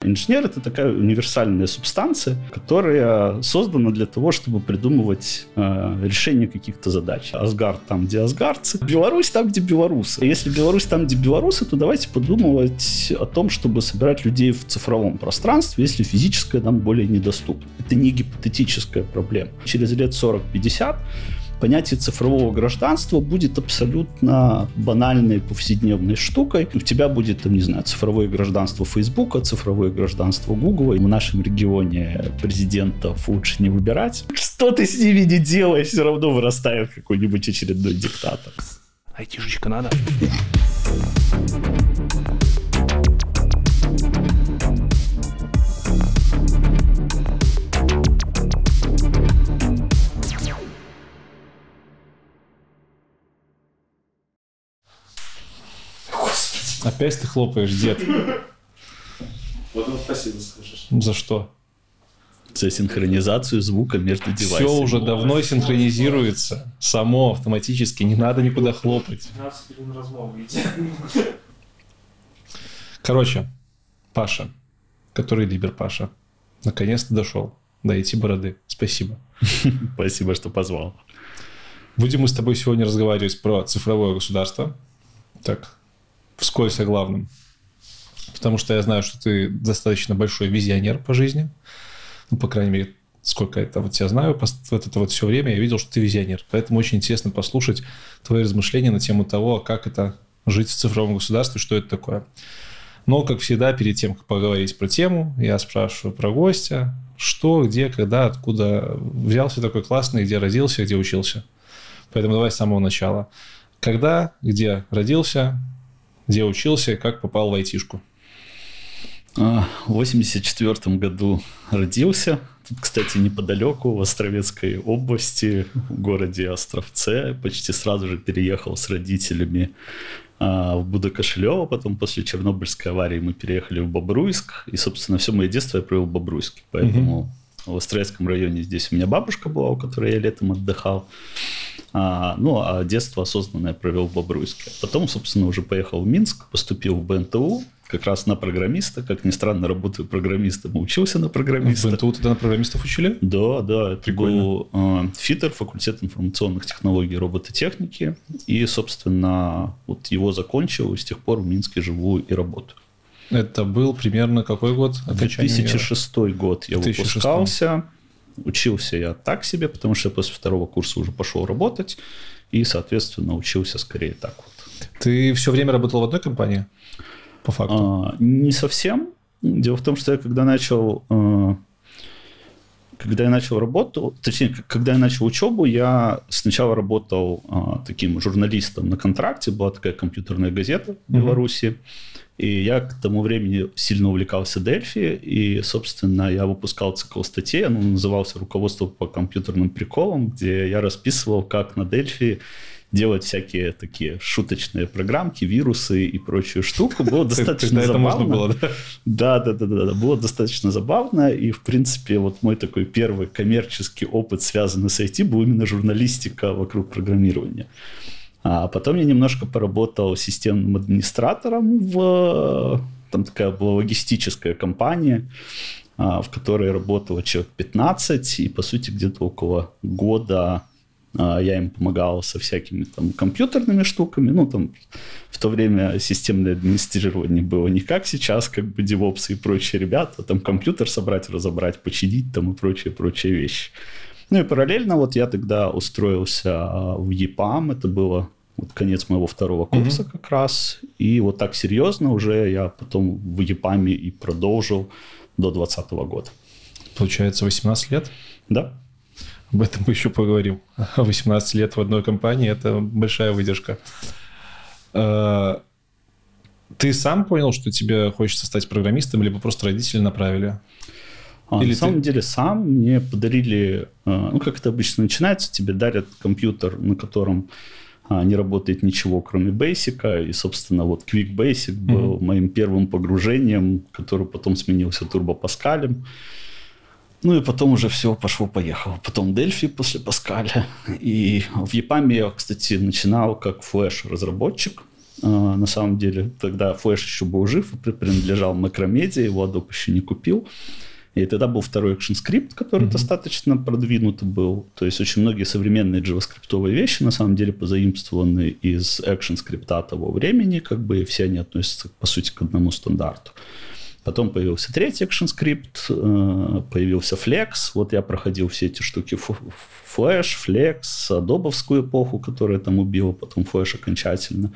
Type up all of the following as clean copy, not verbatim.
инженер — это такая универсальная субстанция, которая создана для того, чтобы придумывать решение каких-то задач. Асгард там, где асгардцы, Беларусь там, где белорусы. Если Беларусь там, где белорусы, то давайте подумывать о том, чтобы собирать людей в цифровом пространстве, если физическое нам более недоступно. Это не гипотетическая проблема. Через лет 40-50 понятие цифрового гражданства будет абсолютно банальной повседневной штукой. У тебя будет, там, не знаю, цифровое гражданство Фейсбука, цифровое гражданство Гугла. В нашем регионе президентов лучше не выбирать. Что ты с ними не делаешь, все равно вырастает какой-нибудь очередной диктатор. Айтишечка надо. Опять ты хлопаешь, дед. Вот спасибо скажешь. За что? За синхронизацию звука между девайсами. Все уже давно синхронизируется. Само, автоматически. Не надо никуда хлопать. 15 минут размовы идти. Короче, Паша, который Либер Паша, наконец-то дошел до IT-бороды. Спасибо. Спасибо, что позвал. Будем мы с тобой сегодня разговаривать про цифровое государство. Так, вскользь о главном. Потому что я знаю, что ты достаточно большой визионер по жизни. Ну, по крайней мере, сколько это вот я знаю, вот это вот все время я видел, что ты визионер. Поэтому очень интересно послушать твои размышления на тему того, как это жить в цифровом государстве, что это такое. Но, как всегда, перед тем, как поговорить про тему, я спрашиваю про гостя, что, где, когда, откуда взялся такой классный, где родился, где учился. Поэтому давай с самого начала. Когда, где родился, где учился и как попал в айтишку? В 1984 году родился. Тут, кстати, неподалеку, в Островецкой области, в городе Островце. Почти сразу же переехал с родителями в Будокошелево. Потом после Чернобыльской аварии мы переехали в Бобруйск. И, собственно, все мое детство я провел в Бобруйске. Поэтому в Островецком районе здесь у меня бабушка была, у которой я летом отдыхал. А детство осознанное провел в Бобруйске. Потом, собственно, уже поехал в Минск, поступил в БНТУ, как раз на программиста. Как ни странно, работаю программистом, учился на программиста. В БНТУ тогда на программистов учили? Да. Это был ФИТР, факультет информационных технологий и робототехники. И, собственно, вот его закончил, и с тех пор в Минске живу и работаю. Это был примерно какой год? 2006 год я выпускался. Учился я так себе, потому что я после второго курса уже пошел работать. И, соответственно, учился скорее так вот. Ты все время работал в одной компании? По факту? Не совсем. Дело в том, что я когда я начал работу, точнее, когда я начал учебу, я сначала работал таким журналистом на контракте. Была такая компьютерная газета в Беларуси. И я к тому времени сильно увлекался Дельфи. И, собственно, я выпускал цикл статей. Он назывался «Руководство по компьютерным приколам», где я расписывал, как на Дельфи делать всякие такие шуточные программки, вирусы и прочую штуку. Было достаточно забавно. Это можно было, да? Да. Было достаточно забавно. И, в принципе, вот мой такой первый коммерческий опыт, связанный с IT, был именно журналистика вокруг программирования. А потом я немножко поработал системным администратором там такая была логистическая компания, в которой работало человек 15, и, по сути, где-то около года я им помогал со всякими там компьютерными штуками. Ну, там в то время системное администрирование было не как сейчас, как бы девопсы и прочие ребята, там компьютер собрать, разобрать, починить там и прочие вещи. Ну и параллельно вот я тогда устроился в ЕПАМ, это было вот конец моего второго курса как раз, и вот так серьезно уже я потом в ЕПАМе и продолжил до 2020 года. Получается, 18 лет? Да. Об этом мы еще поговорим. 18 лет в одной компании – это большая выдержка. Ты сам понял, что тебе хочется стать программистом, либо просто родители направили? На самом деле сам. Мне подарили, как это обычно начинается, тебе дарят компьютер, на котором не работает ничего, кроме Basic, и, собственно, вот Quick Basic был моим первым погружением, который потом сменился Turbo Pascal. Ну и потом уже все пошло-поехало. Потом Delphi после Pascal. И в EPAM я, кстати, начинал как флеш-разработчик. На самом деле, тогда Flash еще был жив, принадлежал Macromedia, его Adobe еще не купил. И тогда был второй ActionScript, который достаточно продвинутый был. То есть очень многие современные JavaScript вещи на самом деле позаимствованы из ActionScript того времени, как бы, и все они относятся, по сути, к одному стандарту. Потом появился третий ActionScript, появился Flex. Вот я проходил все эти штуки Flash, Flex, Adobe-овскую эпоху, которая там убила потом Flash окончательно.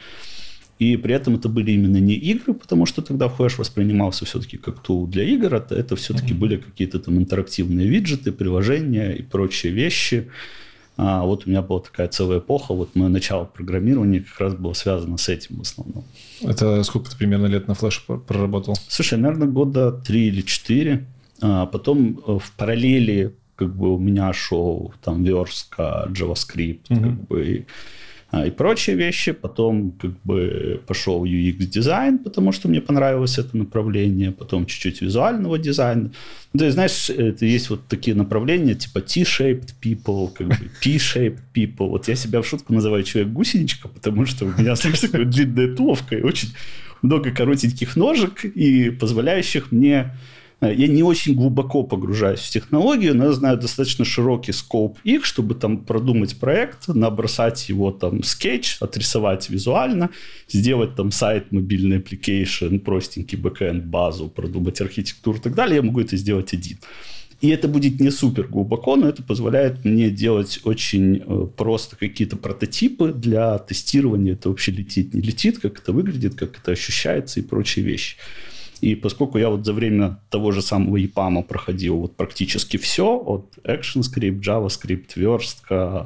И при этом это были именно не игры, потому что тогда Flash воспринимался все-таки как тул для игр. Это все-таки были какие-то там интерактивные виджеты, приложения и прочие вещи. Вот у меня была такая целая эпоха. Вот мое начало программирования как раз было связано с этим в основном. Это сколько ты примерно лет на Flash проработал? Слушай, наверное, года 3 или 4. Потом в параллели как бы у меня шел там верстка, JavaScript, как бы, и прочие вещи. Потом как бы пошел UX-дизайн, потому что мне понравилось это направление. Потом чуть-чуть визуального дизайна. То есть, знаешь, это есть вот такие направления, типа T-shaped people, как бы P-shaped people. Вот я себя в шутку называю человек-гусеничка, потому что у меня, знаешь, такая длинная туловка и очень много коротеньких ножек, и позволяющих мне... Я не очень глубоко погружаюсь в технологию, но я знаю достаточно широкий скоп их, чтобы там продумать проект, набросать его там скетч, отрисовать визуально, сделать там сайт, мобильный application, простенький бэкэнд, базу, продумать архитектуру и так далее. Я могу это сделать один. И это будет не супер глубоко, но это позволяет мне делать очень просто какие-то прототипы для тестирования. Это вообще летит, не летит, как это выглядит, как это ощущается и прочие вещи. И поскольку я вот за время того же самого EPAM проходил вот практически все, от ActionScript, JavaScript, верстка,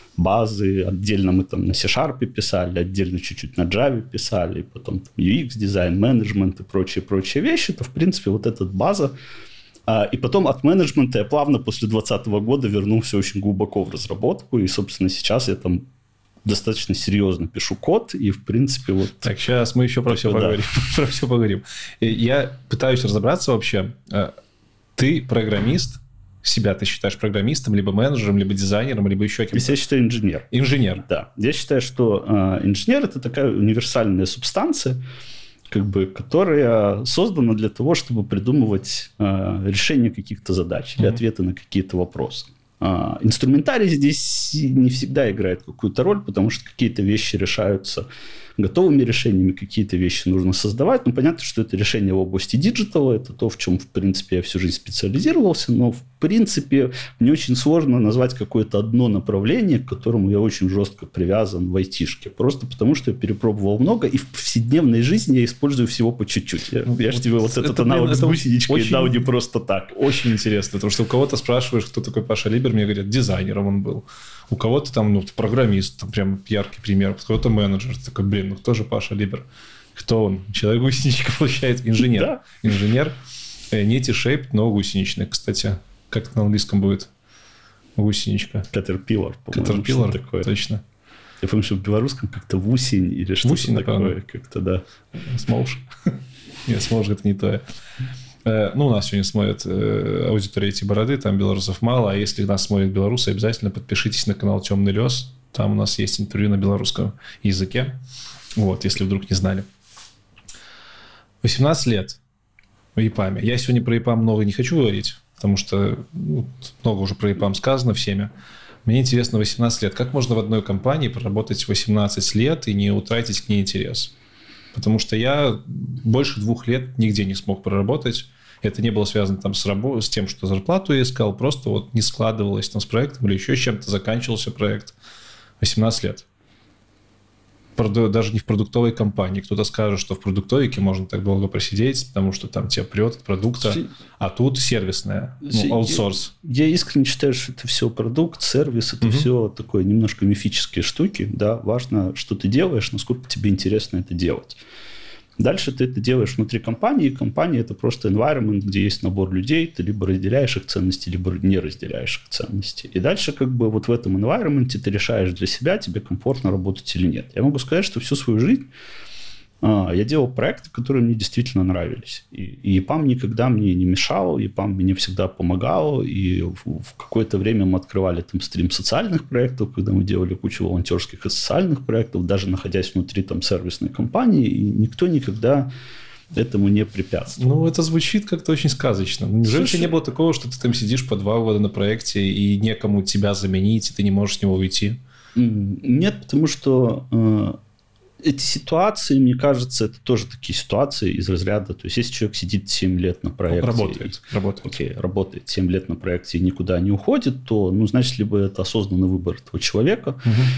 базы, отдельно мы там на C# писали, отдельно чуть-чуть на Java писали, потом там UX, дизайн, менеджмент и прочие вещи, то в принципе вот эта база. И потом от менеджмента я плавно после 2020 года вернулся очень глубоко в разработку, и, собственно, сейчас я там достаточно серьезно пишу код, и, в принципе, вот... Так, сейчас мы еще про все поговорим. Про все поговорим. Я пытаюсь разобраться вообще. Ты программист, себя ты считаешь программистом, либо менеджером, либо дизайнером, либо еще кем-то? Я считаю инженер. Инженер. Да. Я считаю, что инженер – это такая универсальная субстанция, как бы, которая создана для того, чтобы придумывать решение каких-то задач или ответы на какие-то вопросы. Инструментарий здесь не всегда играет какую-то роль, потому что какие-то вещи решаются готовыми решениями, какие-то вещи нужно создавать. Ну, понятно, что это решение в области диджитала, это то, в чем, в принципе, я всю жизнь специализировался, но, в принципе, мне очень сложно назвать какое-то одно направление, к которому я очень жестко привязан в айтишке, просто потому что я перепробовал много, и в повседневной жизни я использую всего по чуть-чуть. Я же тебе вот этот аналог с гусеничкой дал не просто так. Очень интересно, потому что у кого-то спрашиваешь, кто такой Паша Либер, мне говорят, дизайнером он был. У кого-то там, программист, там прям яркий пример, у кого-то менеджер. Ты такой, блин, кто же Паша Либер? Кто он? Человек-гусеничка, получается, инженер. Да. Инженер, не T-shaped, но гусеничный, кстати. Как это на английском будет? Гусеничка. Caterpillar, по-моему. Caterpillar, такое. Точно. Я помню, что в белорусском как-то вусень или что-то вусень, такое. Напевно. Как-то, да. Смолж. Нет, смолж это не то. Ну, у нас сегодня смотрят аудитория эти бороды, там белорусов мало, а если нас смотрят белорусы, обязательно подпишитесь на канал «Темный лес», там у нас есть интервью на белорусском языке, вот, если вдруг не знали. 18 лет в EPAM. Я сегодня про EPAM много не хочу говорить, потому что много уже про EPAM сказано всеми. Мне интересно, 18 лет. Как можно в одной компании проработать 18 лет и не утратить к ней интерес? Потому что я больше 2 лет нигде не смог проработать. Это не было связано там с тем, что зарплату я искал, просто вот не складывалось там с проектом или еще с чем-то, заканчивался проект. 18 лет. Даже не в продуктовой компании. Кто-то скажет, что в продуктовике можно так долго просидеть, потому что там тебя прет от продукта, а тут сервисная, аутсорс. Я искренне считаю, что это все продукт, сервис, это все такое немножко мифические штуки. Да? Важно, что ты делаешь, насколько тебе интересно это делать. Дальше ты это делаешь внутри компании. Компания – это просто environment, где есть набор людей. Ты либо разделяешь их ценности, либо не разделяешь их ценности. И дальше как бы вот в этом environment ты решаешь для себя, тебе комфортно работать или нет. Я могу сказать, что всю свою жизнь я делал проекты, которые мне действительно нравились. И EPAM никогда мне не мешал, EPAM мне всегда помогал. И в какое-то время мы открывали там стрим социальных проектов, когда мы делали кучу волонтерских и социальных проектов, даже находясь внутри там сервисной компании, и никто никогда этому не препятствовал. Ну, это звучит как-то очень сказочно. Неужели у тебя не было такого, что ты там сидишь по 2 года на проекте, и некому тебя заменить, и ты не можешь с него уйти? Нет, потому что эти ситуации, мне кажется, это тоже такие ситуации из разряда. То есть, если человек сидит 7 лет на проекте... Работает 7 лет на проекте и никуда не уходит, то, значит, либо это осознанный выбор этого человека,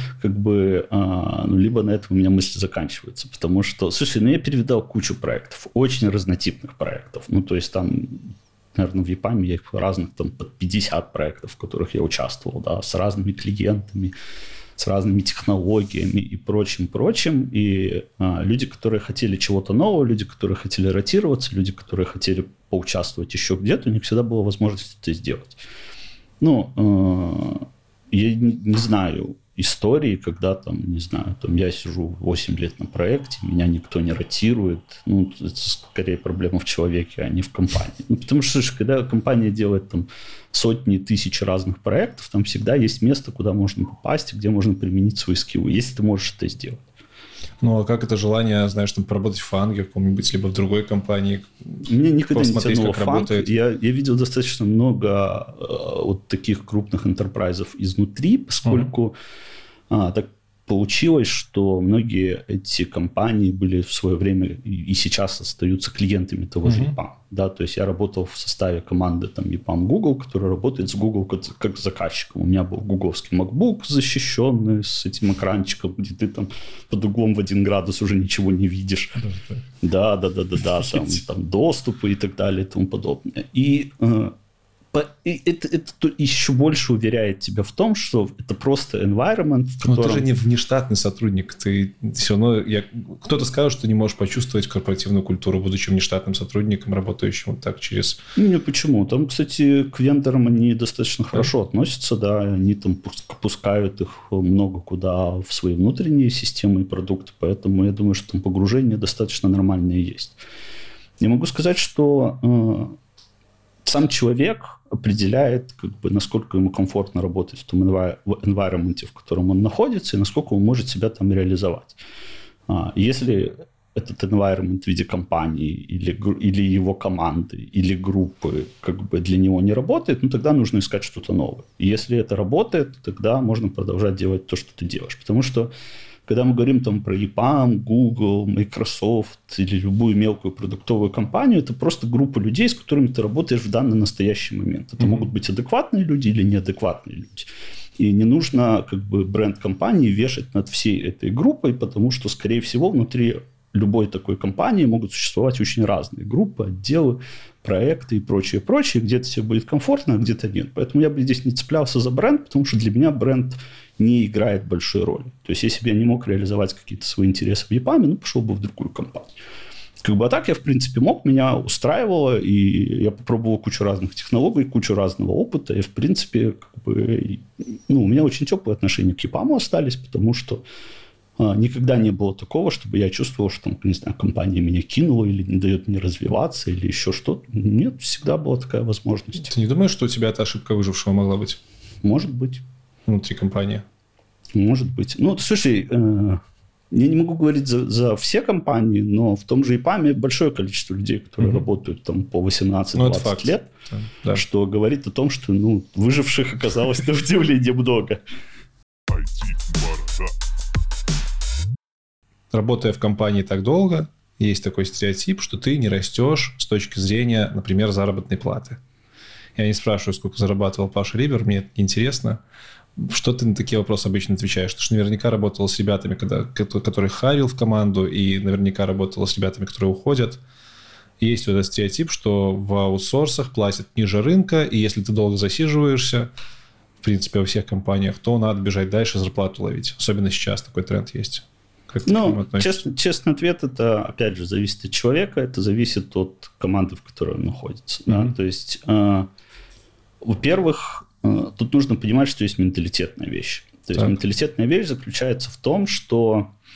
либо на этом у меня мысли заканчиваются. Потому что, слушай, я перевидал кучу проектов, очень разнотипных проектов. То есть, там, наверное, в EPAM я их разных, там, под 50 проектов, в которых я участвовал, да, с разными клиентами, с разными технологиями и прочим. И люди, которые хотели чего-то нового, люди, которые хотели ротироваться, люди, которые хотели поучаствовать еще где-то, у них всегда была возможность это сделать. Я не знаю истории, когда я сижу 8 лет на проекте, меня никто не ротирует. Это скорее проблема в человеке, а не в компании. Потому что, когда компания делает там сотни, тысячи разных проектов, там всегда есть место, куда можно попасть, где можно применить свои скиллы, если ты можешь это сделать. Ну, а как это желание, знаешь, там, поработать в фанге каком-нибудь, либо в другой компании? Мне никогда не тянуло фанг. Я видел достаточно много вот таких крупных энтерпрайзов изнутри, поскольку так получилось, что многие эти компании были в свое время и сейчас остаются клиентами того же EPAM. Да? То есть я работал в составе команды там, EPAM Google, которая работает с Google как заказчиком. У меня был гугловский MacBook защищенный с этим экранчиком, где ты там под углом в 1 градус уже ничего не видишь. Да, там доступы и так далее и тому подобное. И это еще больше уверяет тебя в том, что это просто environment, в котором... Но ты же не внештатный сотрудник. Ты все равно... Кто-то скажет, что не можешь почувствовать корпоративную культуру, будучи внештатным сотрудником, работающим вот так через... Нет, почему? Там, кстати, к вендорам они достаточно хорошо относятся, да, они там пускают их много куда в свои внутренние системы и продукты, поэтому я думаю, что там погружение достаточно нормальное есть. Я могу сказать, что... сам человек определяет, насколько ему комфортно работать в том environment, в котором он находится, и насколько он может себя там реализовать. Если этот environment в виде компании или его команды, или группы для него не работает, тогда нужно искать что-то новое. И если это работает, тогда можно продолжать делать то, что ты делаешь. Потому что когда мы говорим там про EPAM, Google, Microsoft или любую мелкую продуктовую компанию, это просто группа людей, с которыми ты работаешь в данный настоящий момент. Это могут быть адекватные люди или неадекватные люди. И не нужно бренд компании вешать над всей этой группой, потому что, скорее всего, внутри любой такой компании могут существовать очень разные группы, отделы, проекты и прочее. Где-то тебе будет комфортно, а где-то нет. Поэтому я бы здесь не цеплялся за бренд, потому что для меня бренд не играет большой роли. То есть, если бы я не мог реализовать какие-то свои интересы в EPAM, пошел бы в другую компанию. А так я, в принципе, мог, меня устраивало, и я попробовал кучу разных технологий, кучу разного опыта, и, в принципе, у меня очень теплые отношения к EPAM остались, потому что никогда не было такого, чтобы я чувствовал, что там, не знаю, компания меня кинула или не дает мне развиваться, или еще что-то. Нет, всегда была такая возможность. Ты не думаешь, что у тебя эта ошибка выжившего могла быть? Может быть. Внутри компании? Может быть. Слушай, я не могу говорить за все компании, но в том же EPAM большое количество людей, которые работают там по 18-20 лет, что говорит о том, что выживших оказалось на удивление много. Работая в компании так долго, есть такой стереотип, что ты не растешь с точки зрения, например, заработной платы. Я не спрашиваю, сколько зарабатывал Паша Рибер, мне это интересно. Что ты на такие вопросы обычно отвечаешь? Ты же наверняка работал с ребятами, которые харил в команду, и наверняка работал с ребятами, которые уходят. Есть вот этот стереотип, что в аутсорсах платят ниже рынка, и если ты долго засиживаешься, в принципе, во всех компаниях, то надо бежать дальше, зарплату ловить. Особенно сейчас такой тренд есть. Честный ответ, это, опять же, зависит от человека, это зависит от команды, в которой он находится. Да? То есть, во-первых, тут нужно понимать, что есть менталитетная вещь. То есть, менталитетная вещь заключается в том, что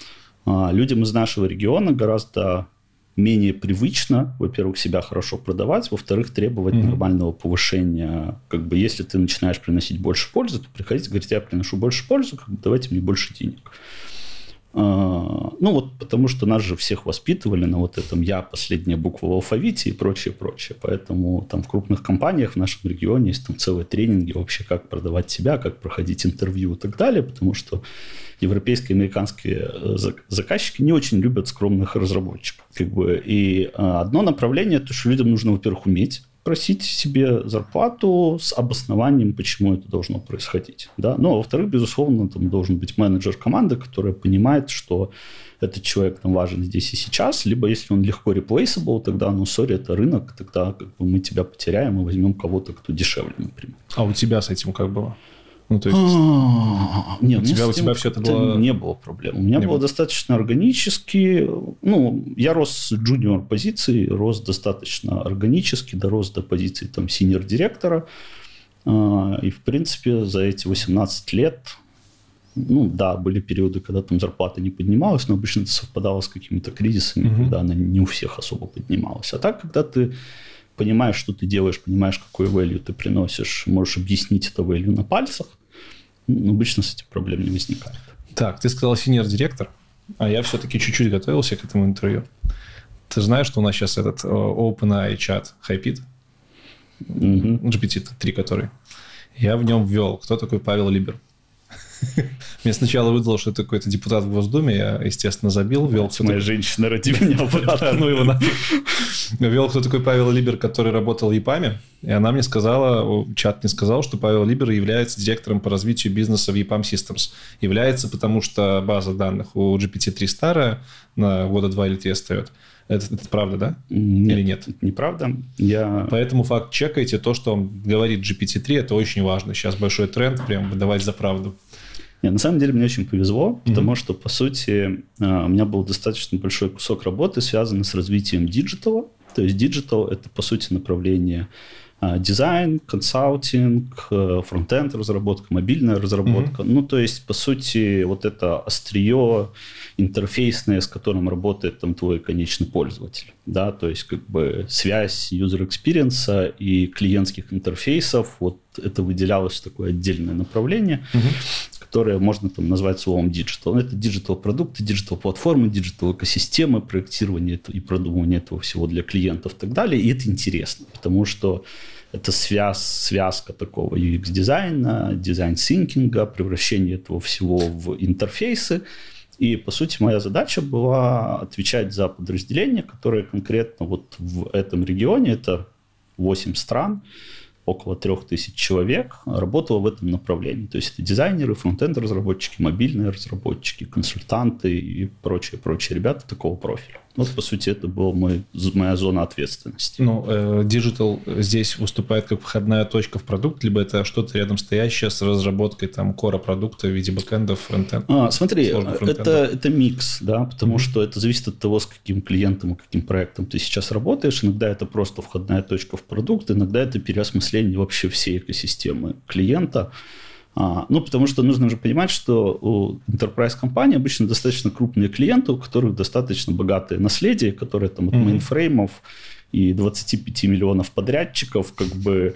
Людям из нашего региона гораздо менее привычно, во-первых, себя хорошо продавать, во-вторых, требовать нормального повышения. Как бы, если ты начинаешь приносить больше пользы, то приходите, говорить, я приношу больше пользы, как бы, давайте мне больше денег. Ну, вот потому что нас же всех воспитывали на вот этом «я» последняя буква в алфавите и прочее, прочее. Поэтому там в крупных компаниях в нашем регионе есть там целые тренинги вообще, как продавать себя, как проходить интервью и так далее, потому что европейские, американские заказчики не очень любят скромных разработчиков. Как бы. И одно направление, то, что людям нужно, во-первых, уметь просить себе зарплату с обоснованием, почему это должно происходить. Да? Ну, а во-вторых, безусловно, там должен быть менеджер команды, которая понимает, что этот человек там важен здесь и сейчас, либо если он легко replaceable, тогда, ну, сори, это рынок, тогда как бы, мы тебя потеряем и возьмем кого-то, кто дешевле, например. А у тебя с этим как было? Ну, то есть... Нет, у тебя все это было... Не было проблем. У меня было достаточно органически. Ну, я рос с джуниор позиции, рос достаточно органически, дорос до позиции там синьор-директора. И, в принципе, за эти 18 лет, ну, да, были периоды, когда там зарплата не поднималась, но обычно это совпадало с какими-то кризисами, когда она не у всех особо поднималась. А так, когда ты понимаешь, что ты делаешь, понимаешь, какой value ты приносишь, можешь объяснить это value на пальцах, обычно с этим проблем не возникает. Так, ты сказал синьор-директор, а я все-таки чуть-чуть готовился к этому интервью. Ты знаешь, что у нас сейчас этот OpenAI чат хайпит? GPT-3 который. Я в нем ввел, кто такой Павел Либер. Мне сначала выдало, что это какой-то депутат в Госдуме. Я, естественно, забил. Ввел моя женщина ради меня обратно. Ну его нафиг. Ввел, кто такой Павел Либер, который работал в EPAM. И она мне сказала, чат мне сказал, что Павел Либер является директором по развитию бизнеса в EPAM Systems. Является, потому что база данных у GPT-3 старая, на года 2 или 3 остается. Это правда, да? Нет, или нет? Это неправда. Поэтому факт чекайте. То, что он говорит GPT-3, это очень важно. Сейчас большой тренд прям выдавать за правду. Нет, на самом деле мне очень повезло, потому что, по сути, у меня был достаточно большой кусок работы, связанный с развитием диджитала. То есть диджитал – это, по сути, направление дизайн, консалтинг, фронтенд разработка, мобильная разработка. Ну, то есть, по сути, вот это острие интерфейсное, с которым работает там твой конечный пользователь. Да? То есть, как бы связь user experience и клиентских интерфейсов, вот это выделялось в такое отдельное направление, которое можно там назвать словом digital. Это диджитал-продукты, диджитал-платформы, диджитал-экосистемы, проектирование и продумывание этого всего для клиентов и так далее. И это интересно, потому что это связка такого UX-дизайна, дизайн-синкинга, превращение этого всего в интерфейсы. И, по сути, моя задача была отвечать за подразделения, которые конкретно вот в этом регионе, это 8 стран, около 3000 человек, работало в этом направлении. То есть это дизайнеры, фронтенд-разработчики, мобильные разработчики, консультанты и прочие ребята такого профиля. Вот, по сути, это была моя зона ответственности. Ну, Digital здесь выступает как входная точка в продукт, либо это что-то рядом стоящее с разработкой там кора продукта в виде бэкэндов, фронтенда? Смотри, это микс, да, потому что это зависит от того, с каким клиентом и каким проектом ты сейчас работаешь. Иногда это просто входная точка в продукт, иногда это переосмысление вообще всей экосистемы клиента. Ну, потому что нужно же понимать, что у enterprise-компаний обычно достаточно крупные клиенты, у которых достаточно богатое наследие, которые там от мейнфреймов и 25 миллионов подрядчиков как бы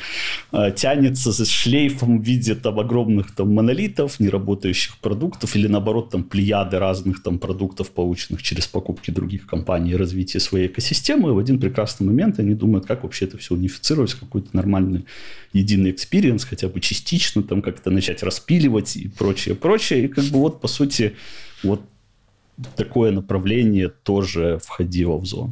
тянется с шлейфом в виде там огромных там монолитов, неработающих продуктов или наоборот там плеяды разных там продуктов, полученных через покупки других компаний и развитие своей экосистемы. И в один прекрасный момент они думают, как вообще это все унифицировать в какой-то нормальный единый экспириенс, хотя бы частично там как-то начать распиливать и прочее. И как бы вот по сути вот такое направление тоже входило в зону.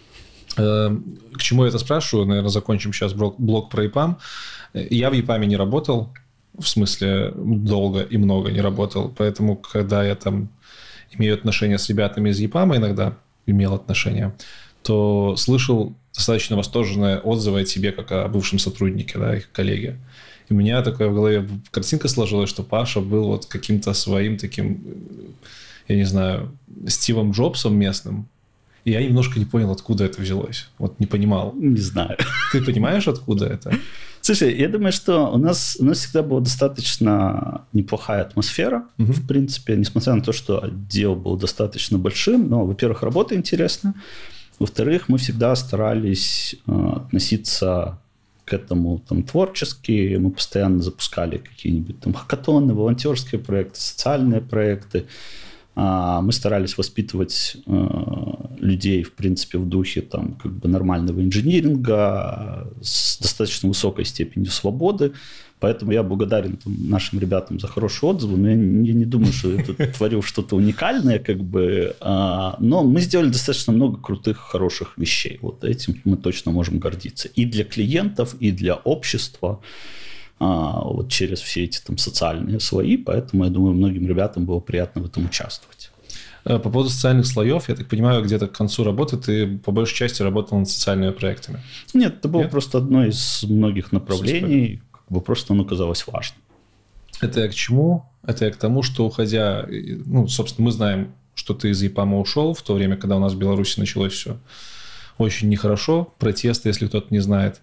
К чему я это спрашиваю? Наверное, закончим сейчас блок про EPAM. Я в EPAM не работал, в смысле долго и много не работал, поэтому, когда я там имею отношения с ребятами из EPAM, иногда имел отношения, то слышал достаточно восторженные отзывы о тебе, как о бывшем сотруднике, да, их коллеге. И у меня такая в голове картинка сложилась, что Паша был вот каким-то своим таким, я не знаю, Стивом Джобсом местным, И я немножко не понял, откуда это взялось. Вот не понимал. Не знаю. Ты понимаешь, откуда это? Слушай, я думаю, что у нас всегда была достаточно неплохая атмосфера, в принципе, несмотря на то, что отдел был достаточно большим. Но, во-первых, работа интересная. Во-вторых, мы всегда старались относиться к этому там творчески. Мы постоянно запускали какие-нибудь там хакатоны, волонтерские проекты, социальные проекты. Мы старались воспитывать людей, в принципе, в духе там, как бы нормального инжиниринга с достаточно высокой степенью свободы. Поэтому я благодарен там, нашим ребятам за хорошие отзывы. Но я не думаю, что я тут творил что-то уникальное. Как бы, но мы сделали достаточно много крутых, хороших вещей. Вот этим мы точно можем гордиться. И для клиентов, и для общества. Вот через все эти там социальные слои, поэтому, я думаю, многим ребятам было приятно в этом участвовать. По поводу социальных слоев, я так понимаю, где-то к концу работы ты по большей части работал над социальными проектами. Нет, это было просто одно из многих направлений, как бы просто оно казалось важным. Это я к чему? Это я к тому, что уходя, ну, собственно, мы знаем, что ты из ЕПАМа ушел в то время, когда у нас в Беларуси началось все очень нехорошо, протесты, если кто-то не знает.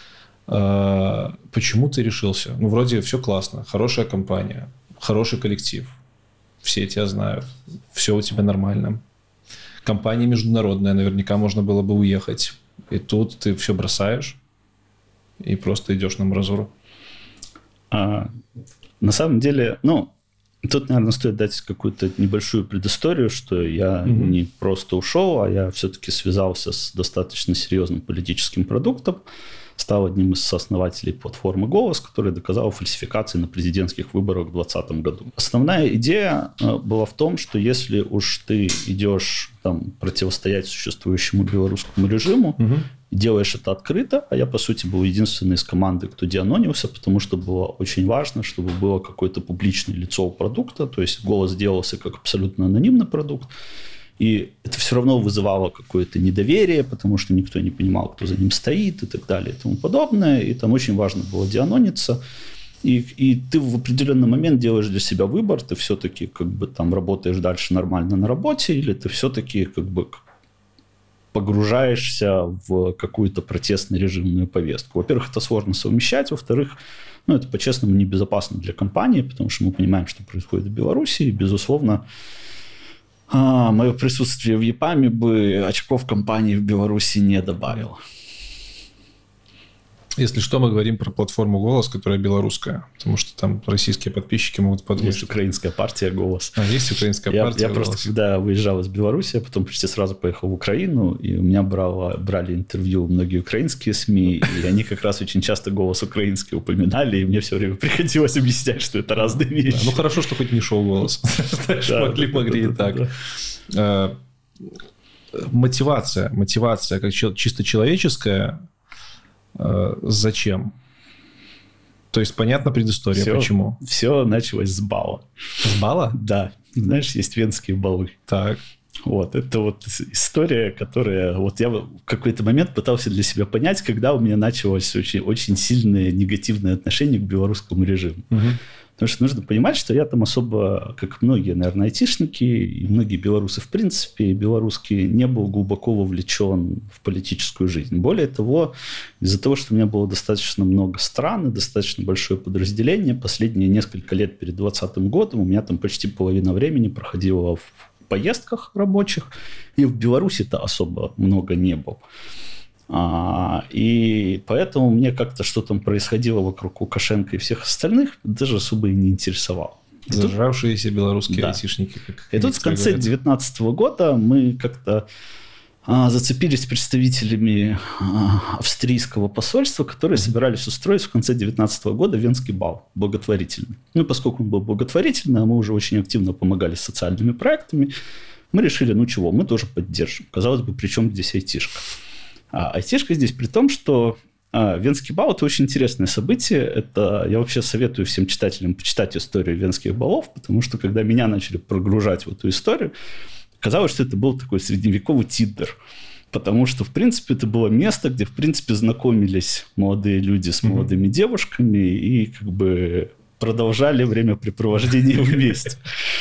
Почему ты решился? Ну, вроде все классно, хорошая компания, хороший коллектив, все тебя знают, все у тебя нормально. Компания международная, наверняка можно было бы уехать. И тут ты все бросаешь и просто идешь на амбразуру. На самом деле, ну, тут, наверное, стоит дать какую-то небольшую предысторию, что я не просто ушел, а я все-таки связался с достаточно серьезным политическим продуктом, стал одним из сооснователей платформы «Голос», которая доказала фальсификации на президентских выборах в 2020 году. Основная идея была в том, что если уж ты идешь там, противостоять существующему белорусскому режиму, и делаешь это открыто, а я, по сути, был единственный из команды, кто деанонился, потому что было очень важно, чтобы было какое-то публичное лицо у продукта, то есть «Голос» делался как абсолютно анонимный продукт, и это все равно вызывало какое-то недоверие, потому что никто не понимал, кто за ним стоит и так далее и тому подобное. И там очень важно было деанониться. И ты в определенный момент делаешь для себя выбор. Ты все-таки как бы там работаешь дальше нормально на работе, или ты все-таки как бы погружаешься в какую-то протестно-режимную повестку. Во-первых, это сложно совмещать. Во-вторых, ну, это по-честному небезопасно для компании, потому что мы понимаем, что происходит в Беларуси. И, безусловно, мое присутствие в ЕПАМе бы очков компании в Беларуси не добавило. Если что, мы говорим про платформу «Голос», которая белорусская, потому что там российские подписчики могут подумать. Есть украинская партия «Голос». Есть украинская партия «Голос». Я просто, когда выезжал из Беларуси, я потом почти сразу поехал в Украину, и у меня брали интервью многие украинские СМИ, и они как раз очень часто «Голос» украинский упоминали, и мне все время приходилось объяснять, что это разные вещи. Ну, хорошо, что хоть не шоу «Голос». Могли и так. Мотивация как чисто человеческая. Зачем? То есть, понятно предыстория, почему? Все началось с бала. С бала? Да. Знаешь, есть венские балы. Так. Вот, это вот история, которая... Вот я в какой-то момент пытался для себя понять, когда у меня началось очень, очень сильное негативное отношение к белорусскому режиму. Потому что нужно понимать, что я там особо, как многие, наверное, айтишники, и многие белорусы, в принципе, белорусские, не был глубоко вовлечен в политическую жизнь. Более того, из-за того, что у меня было достаточно много стран и достаточно большое подразделение, последние несколько лет перед 2020 годом у меня там почти половина времени проходила в поездках рабочих, и в Беларуси-то особо много не был. И поэтому мне как-то, что там происходило вокруг Лукашенко и всех остальных, даже особо и не интересовало. Зажравшиеся белорусские айтишники. И тут в конце 2019 года мы как-то зацепились с представителями австрийского посольства, которые собирались устроить в конце 2019 года венский бал благотворительный. Ну, поскольку он был благотворительный, а мы уже очень активно помогали с социальными проектами, мы решили, ну чего, мы тоже поддержим. Казалось бы, при чем здесь айтишка? А айтишка здесь при том, что венский бал – это очень интересное событие. Это я вообще советую всем читателям почитать историю венских балов, потому что когда меня начали прогружать в эту историю, казалось, что это был такой средневековый Тиндер. Потому что, в принципе, это было место, где, в принципе, знакомились молодые люди с молодыми девушками и как бы продолжали времяпрепровождение вместе.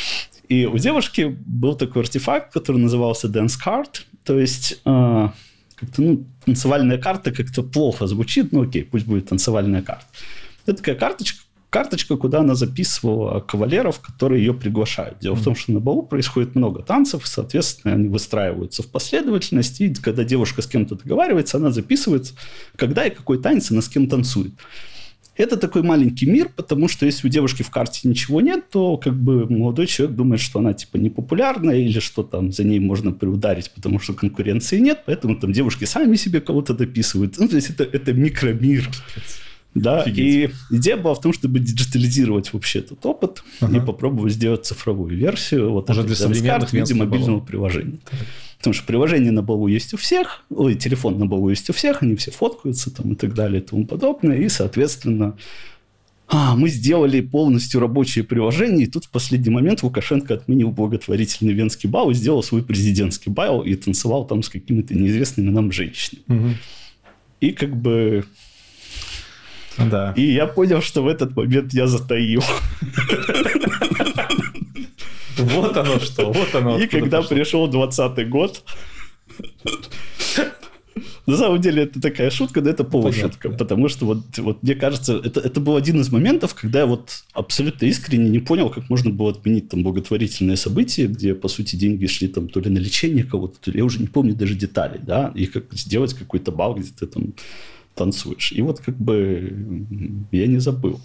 И у девушки был такой артефакт, который назывался Dance Card. То есть, как-то, танцевальная карта как-то плохо звучит. Ну, окей, пусть будет танцевальная карта. Это такая карточка, куда она записывала кавалеров, которые ее приглашают. Дело в том, что на балу происходит много танцев, соответственно, они выстраиваются в последовательность, и когда девушка с кем-то договаривается, она записывает, когда и какой танец она с кем танцует. Это такой маленький мир, потому что если у девушки в карте ничего нет, то как бы молодой человек думает, что она типа непопулярная или что там за ней можно приударить, потому что конкуренции нет, поэтому там девушки сами себе кого-то дописывают. Ну, то есть это микромир. Да, и идея была в том, чтобы диджитализировать вообще этот опыт и попробовать сделать цифровую версию вот уже для современных в виде мобильного приложения. Потому что приложение на балу есть у всех, телефон на балу есть у всех, они все фоткаются там, и так далее и тому подобное. И, соответственно, мы сделали полностью рабочее приложение, и тут в последний момент Лукашенко отменил благотворительный венский бал и сделал свой президентский бал и танцевал там с какими-то неизвестными нам женщинами. И как бы... Да. И я понял, что в этот момент я затаил. Вот оно что, вот оно. И когда пришел 2020 год, на самом деле это такая шутка, но это полушутка. Понятно. Потому что вот мне кажется, это был один из моментов, когда я вот абсолютно искренне не понял, как можно было отменить там благотворительное событие, где, по сути, деньги шли там то ли на лечение кого-то, то ли я уже не помню даже деталей, да, и как сделать какой-то бал, где ты там танцуешь. И вот как бы я не забыл.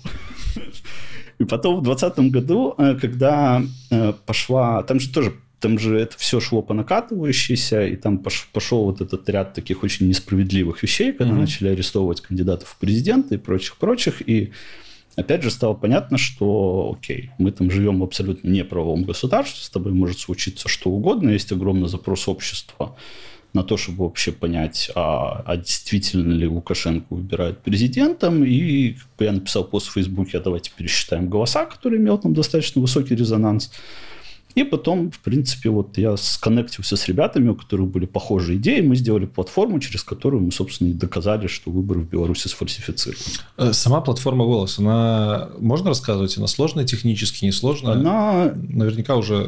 И потом в 2020 году, когда пошла... Там же это все шло по накатывающейся, и там пошел вот этот ряд таких очень несправедливых вещей, когда начали арестовывать кандидатов в президенты и прочих. И опять же стало понятно, что окей, мы там живем в абсолютно неправовом государстве, с тобой может случиться что угодно, есть огромный запрос общества на то, чтобы вообще понять, а действительно ли Лукашенко выбирают президентом. И я написал пост в Фейсбуке, давайте пересчитаем голоса, который имел там достаточно высокий резонанс. И потом, в принципе, вот я сконнектился с ребятами, у которых были похожие идеи. Мы сделали платформу, через которую мы, собственно, и доказали, что выборы в Беларуси сфальсифицированы. Сама платформа «Голос», она... Можно рассказывать? Она сложная технически, несложная? Она... Наверняка уже...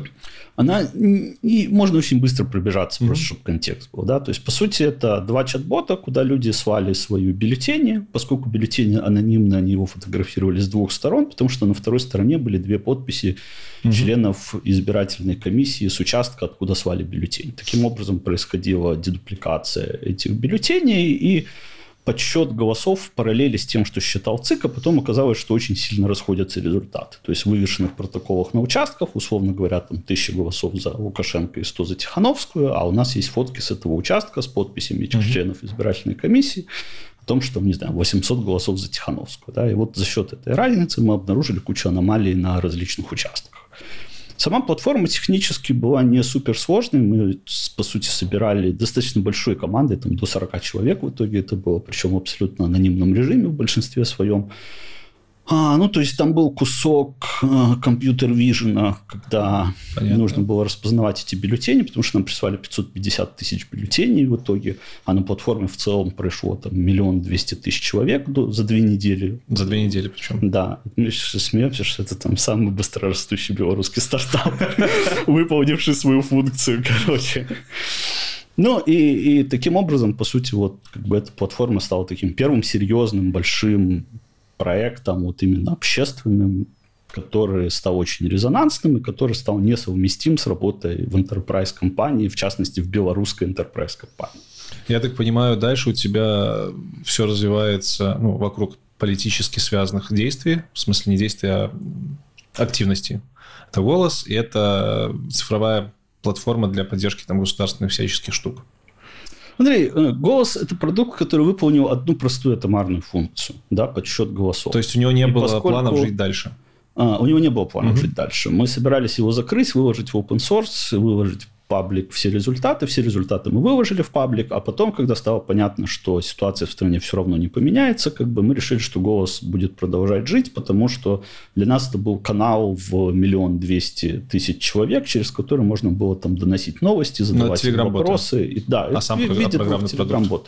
И можно очень быстро пробежаться, просто чтобы контекст был. Да? То есть, по сути, это 2 чат-бота, куда люди слали свои бюллетени. Поскольку бюллетени анонимны, они его фотографировали с 2 сторон, потому что на второй стороне были 2 подписи членов избирательной комиссии с участка, откуда слали бюллетень. Таким образом, происходила дедупликация этих бюллетеней и подсчет голосов в параллели с тем, что считал ЦИК, а потом оказалось, что очень сильно расходятся результаты. То есть в вывешенных протоколах на участках, условно говоря, там 1000 голосов за Лукашенко и 100 за Тихановскую, а у нас есть фотки с этого участка с подписями этих членов избирательной комиссии о том, что, не знаю, 800 голосов за Тихановскую. Да? И вот за счет этой разницы мы обнаружили кучу аномалий на различных участках. Сама платформа технически была не суперсложной. Мы, по сути, собирали достаточно большой командой, там до 40 человек в итоге это было, причем в абсолютно анонимном режиме в большинстве своем. То есть там был кусок компьютер-вижена, когда нужно было распознавать эти бюллетени, потому что нам прислали 550 тысяч бюллетеней в итоге, а на платформе в целом прошло там 1 200 000 человек за 2 недели. За 2 недели причем? Да. Мы смеемся, что это там самый быстрорастущий белорусский стартап, выполнивший свою функцию, короче. И таким образом, по сути, вот как бы эта платформа стала таким первым серьезным, большим проектом, вот именно общественным, который стал очень резонансным и который стал несовместим с работой в enterprise-компании, в частности, в белорусской enterprise-компании. Я так понимаю, дальше у тебя все развивается вокруг политически связанных действий, в смысле не действий, а активностей. Это «Голос», и это цифровая платформа для поддержки там государственных всяческих штук. Андрей, «Голос» – это продукт, который выполнил одну простую атомарную функцию, да, подсчет голосов. То есть у него не было планов жить дальше? У него не было планов жить дальше. Мы собирались его закрыть, выложить в open source, выложить в паблик все результаты мы выложили в паблик, а потом, когда стало понятно, что ситуация в стране все равно не поменяется, мы решили, что «Голос» будет продолжать жить, потому что для нас это был канал в 1 200 000 человек, через который можно было там доносить новости, задавать вопросы. А сам программный продукт?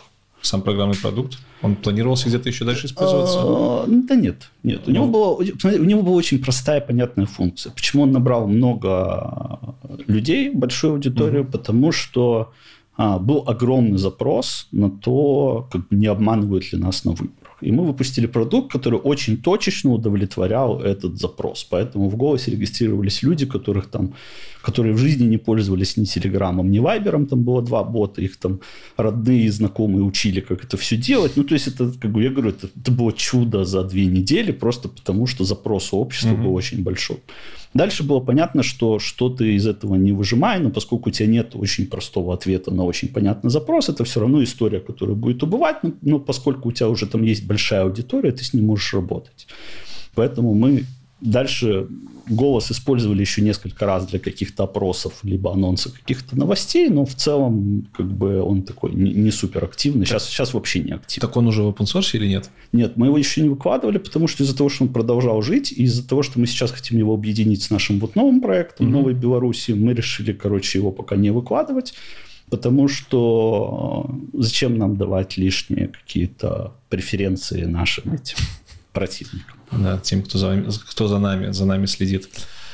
сам программный продукт? Он планировался где-то еще дальше использоваться? Да нет. У него была очень простая, понятная функция. Почему он набрал много людей, большую аудиторию? Потому что был огромный запрос на то, как бы не обманывают ли нас на выборах. И мы выпустили продукт, который очень точечно удовлетворял этот запрос. Поэтому в «Голосе» регистрировались люди, которые в жизни не пользовались ни Телеграмом, ни Вайбером. Там было 2 бота, их там родные и знакомые учили, как это все делать. Ну, то есть, это, как бы я говорю, это было чудо за 2 недели, просто потому что запрос у общества был очень большой. Дальше было понятно, что ты из этого не выжимай, но поскольку у тебя нет очень простого ответа на очень понятный запрос, это все равно история, которая будет убывать, но поскольку у тебя уже там есть большая аудитория, ты с ней можешь работать. Поэтому мы дальше «Голос» использовали еще несколько раз для каких-то опросов, либо анонсов каких-то новостей, но в целом как бы он такой не супер активный. Сейчас вообще не активный. Так он уже в open source или нет? Нет, мы его еще не выкладывали, потому что из-за того, что он продолжал жить, и из-за того, что мы сейчас хотим его объединить с нашим вот новым проектом «Новой Беларуси», мы решили, его пока не выкладывать, потому что зачем нам давать лишние какие-то преференции нашим этим противникам. Да, тем, кто за нами следит.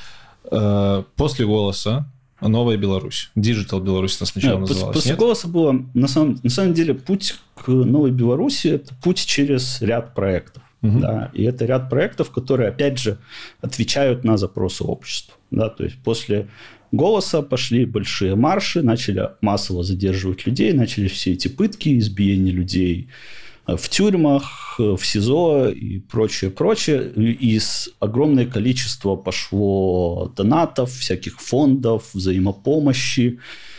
После «Голоса» «Новая Беларусь». Digital Беларусь она сначала называлась. После «Голоса» было, на самом деле, путь к «Новой Беларуси» – это путь через ряд проектов. Да, и это ряд проектов, которые, опять же, отвечают на запросы общества. Да, то есть, после «Голоса» пошли большие марши, начали массово задерживать людей, начали все эти пытки, избиения людей в тюрьмах, в СИЗО и прочее. И огромное количество пошло донатов, всяких фондов, взаимопомощи.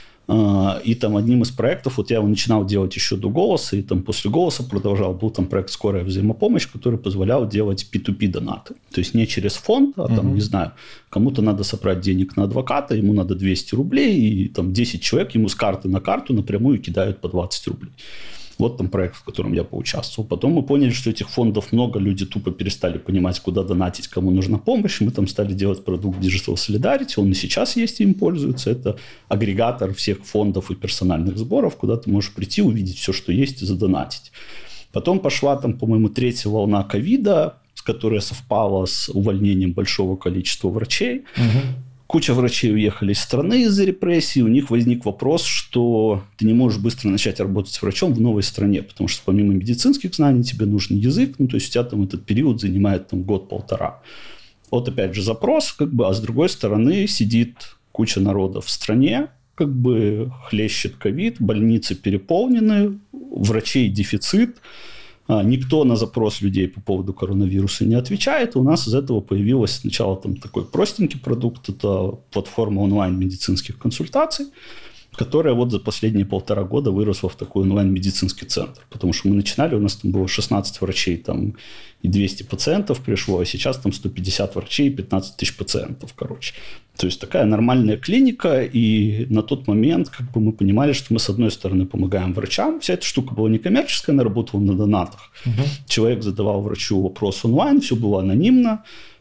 И там одним из проектов, вот я его начинал делать еще до «Голоса», и там после «Голоса» продолжал, был там проект «Скорая взаимопомощь», который позволял делать P2P донаты. То есть не через фонд, а там, не знаю, кому-то надо собрать денег на адвоката, ему надо 200 рублей, и там 10 человек ему с карты на карту напрямую кидают по 20 рублей. Вот там проект, в котором я поучаствовал. Потом мы поняли, что этих фондов много, люди тупо перестали понимать, куда донатить, кому нужна помощь. Мы там стали делать продукт Digital Solidarity, он и сейчас есть, и им пользуются. Это агрегатор всех фондов и персональных сборов, куда ты можешь прийти, увидеть все, что есть, и задонатить. Потом пошла там, по-моему, 3-я волна ковида, которая совпала с увольнением большого количества врачей. Куча врачей уехали из страны из-за репрессий. У них возник вопрос, что ты не можешь быстро начать работать с врачом в новой стране, потому что помимо медицинских знаний тебе нужен язык. Ну, то есть у тебя там этот период занимает там, 1-1.5. Вот опять же запрос, как бы, а с другой стороны сидит куча народа в стране, как бы хлещет ковид, больницы переполнены, врачей дефицит. Никто на запрос людей по поводу коронавируса не отвечает. У нас из этого появилась сначала там такой простенький продукт. Это платформа онлайн-медицинских консультаций, которая вот за последние 1,5 года выросла в такой онлайн-медицинский центр. Потому что мы начинали, у нас там было 16 врачей там, и 200 пациентов пришло, а сейчас там 150 врачей и 15 тысяч пациентов, короче. То есть такая нормальная клиника, и на тот момент как бы мы понимали, что мы с одной стороны помогаем врачам. Вся эта штука была некоммерческая, она работала на донатах. Человек задавал врачу вопрос онлайн, все было анонимно,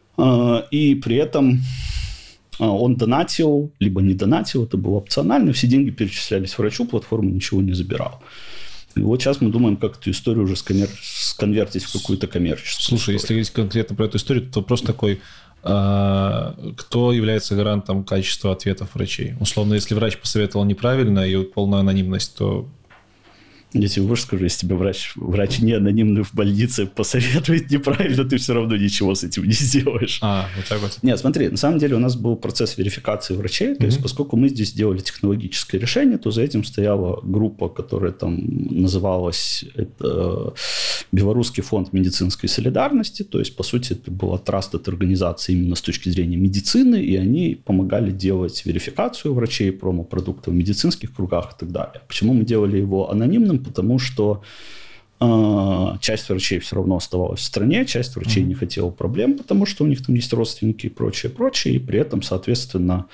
и при этом он донатил, либо не донатил, это было опционально, все деньги перечислялись врачу, платформа ничего не забирала. И вот сейчас мы думаем, как эту историю уже сконвертить в какую-то коммерческую Слушай, историю. если говорить конкретно про эту историю, то вопрос такой, кто является гарантом качества ответов врачей? Условно, если врач посоветовал неправильно и полную анонимность, то... Я тебе больше скажу, если тебе врач не анонимный в больнице посоветует неправильно, ты все равно ничего с этим не сделаешь. Вот так вот. Нет, смотри, на самом деле у нас был процесс верификации врачей, то есть поскольку мы здесь делали технологическое решение, то за этим стояла группа, которая там называлась Белорусский фонд медицинской солидарности, то есть, по сути, это была trusted организация именно с точки зрения медицины, и они помогали делать верификацию врачей, промо-продуктов в медицинских кругах и так далее. Почему мы делали его анонимным? Потому что часть врачей все равно оставалась в стране, часть врачей не хотела проблем, потому что у них там есть родственники и прочее, и при этом, соответственно,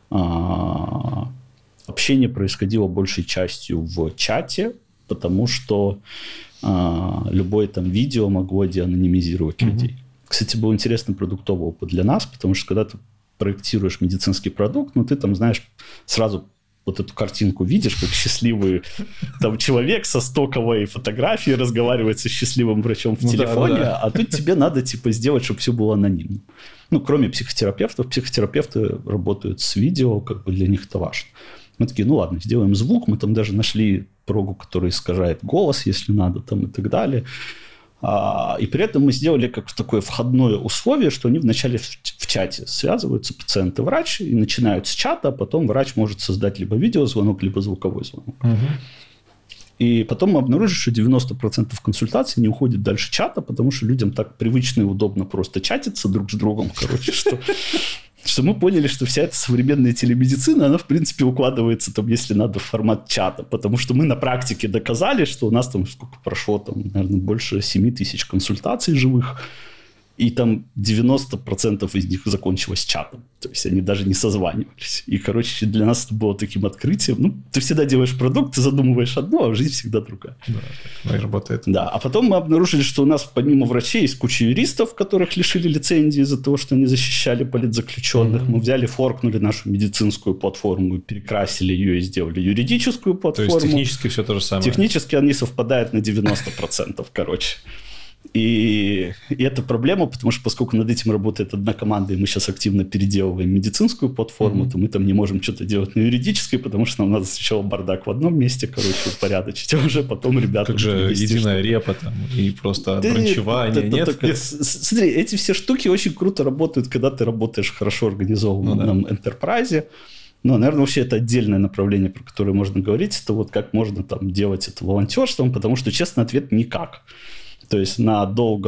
общение происходило большей частью в чате, потому что любое там видео могло деанонимизировать людей. Кстати, был интересный продуктовый опыт для нас, потому что когда ты проектируешь медицинский продукт, ты там, знаешь, сразу вот эту картинку видишь, как счастливый там человек со стоковой фотографией разговаривает со счастливым врачом в телефоне, а тут тебе надо типа сделать, чтобы все было анонимно. Ну, кроме психотерапевтов, психотерапевты работают с видео, как бы для них это важно. Мы такие, ну ладно, сделаем звук, мы там даже нашли прогу, которая искажает голос, если надо, там и так далее. И при этом мы сделали как такое входное условие, что они вначале в чате связываются, пациент и врач, и начинают с чата, а потом врач может создать либо видеозвонок, либо звуковой звонок. И потом мы обнаружили, что 90% консультаций не уходит дальше чата, потому что людям так привычно и удобно просто чатиться друг с другом, короче, что мы поняли, что вся эта современная телемедицина, она, в принципе, укладывается, там, если надо, в формат чата. Потому что мы на практике доказали, что у нас там сколько прошло, там, наверное, больше 7 тысяч консультаций живых. И там 90% из них закончилось чатом. То есть они даже не созванивались. И, короче, для нас это было таким открытием. Ну, ты всегда делаешь продукт, ты задумываешь одно, а жизнь всегда другая. Да, так и работает. Да, а потом мы обнаружили, что у нас помимо врачей есть куча юристов, которых лишили лицензии из-за того, что они защищали политзаключенных. Мы взяли, форкнули нашу медицинскую платформу, перекрасили ее и сделали юридическую платформу. То есть технически все то же самое? Технически они совпадают на 90%, короче. И это проблема, потому что поскольку над этим работает одна команда, и мы сейчас активно переделываем медицинскую платформу, то мы там не можем что-то делать на юридической, потому что нам надо сначала бардак в одном месте, короче, упорядочить, а уже потом ребята... Как же единая репа там и просто бранчевание, нет? Смотри, эти все штуки очень круто работают, когда ты работаешь в хорошо организованном enterprise. Но, наверное, вообще это отдельное направление, про которое можно говорить. Это вот как можно там делать это волонтерством, потому что, честно, ответ никак. То есть на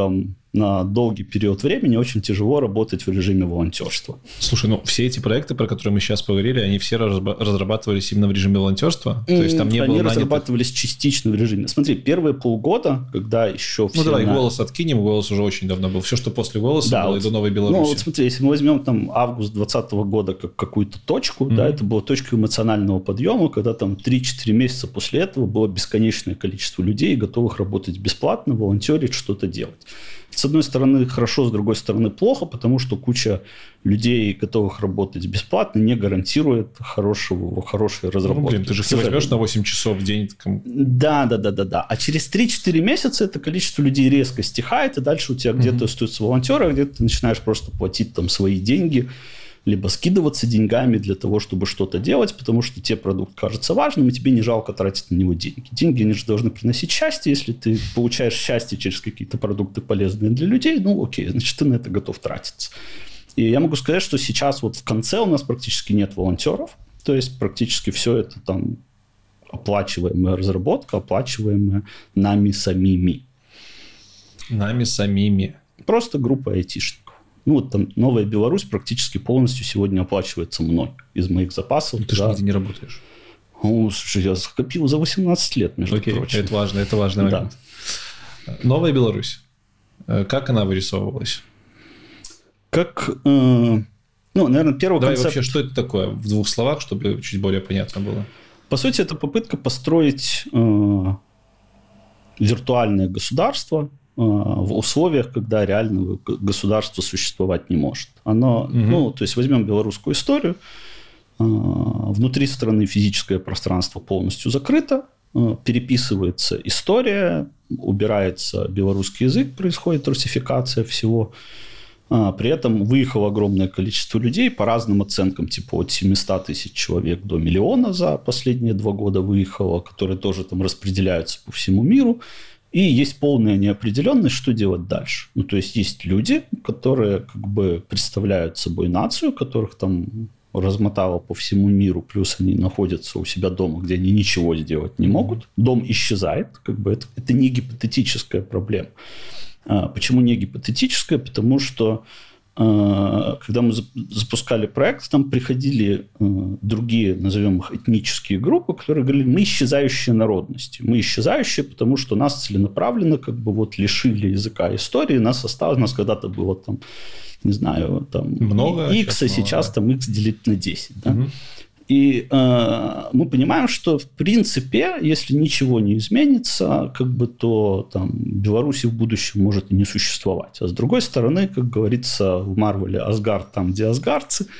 долгий период времени очень тяжело работать в режиме волонтерства. Слушай, ну все эти проекты, про которые мы сейчас поговорили, они все разрабатывались именно в режиме волонтерства? То есть там не было Они разрабатывались частично в режиме. Смотри, первые полгода, когда еще все... Ну давай, «Голос» откинем, «Голос» уже очень давно был. Все, что после «Голоса» было, и до «Новой Беларуси». Ну вот смотри, если мы возьмем там август 2020 года как какую-то точку, да, это была точка эмоционального подъема, когда там 3-4 месяца после этого было бесконечное количество людей, готовых работать бесплатно, волонтерить, что-то делать. С одной стороны хорошо, с другой стороны плохо, потому что куча людей, готовых работать бесплатно, не гарантирует хорошей разработки. Ну, блин, ты же все возьмешь на 8 часов в день. Да. А через 3-4 месяца это количество людей резко стихает, и дальше у тебя где-то остаются волонтеры, а где-то ты начинаешь просто платить там свои деньги, либо скидываться деньгами для того, чтобы что-то делать, потому что тебе продукт кажется важным, и тебе не жалко тратить на него деньги. Деньги, они же должны приносить счастье. Если ты получаешь счастье через какие-то продукты, полезные для людей, ну окей, значит, ты на это готов тратиться. И я могу сказать, что сейчас вот в конце у нас практически нет волонтеров, то есть практически все это там оплачиваемая разработка, оплачиваемая нами самими. Нами самими. Просто группа айтишников. Ну, вот там «Новая Беларусь» практически полностью сегодня оплачивается мной из моих запасов. Ты же нигде не работаешь. Ну, слушай, я скопил за 18 лет, между прочим. Это важный момент. Да. «Новая Беларусь». Как она вырисовывалась? Ну, наверное, первый Давай концепт... вообще, что это такое? В 2 словах, чтобы чуть более понятно было. По сути, это попытка построить виртуальное государство, в условиях, когда реального государства существовать не может. Оно, ну, то есть возьмем белорусскую историю, внутри страны физическое пространство полностью закрыто, переписывается история, убирается белорусский язык, происходит русификация всего. При этом выехало огромное количество людей, по разным оценкам, типа от 700 тысяч человек до 1 миллиона за последние 2 года выехало, которые тоже там распределяются по всему миру. И есть полная неопределенность, что делать дальше. Ну, то есть, есть люди, которые как бы представляют собой нацию, которых там размотало по всему миру, плюс они находятся у себя дома, где они ничего сделать не могут. Дом исчезает, как бы это не гипотетическая проблема. Почему не гипотетическая? Потому что когда мы запускали проект, там приходили другие, назовем их, этнические группы, которые говорили, мы исчезающие народности. Мы исчезающие, потому что нас целенаправленно как бы вот лишили языка истории, нас осталось, нас когда-то было там, не знаю, там много, X, а сейчас там X делить на 10. Да? И мы понимаем, что в принципе, если ничего не изменится, как бы, то там Беларуси в будущем может и не существовать. А с другой стороны, как говорится в Марвеле, Асгард там, где асгардцы.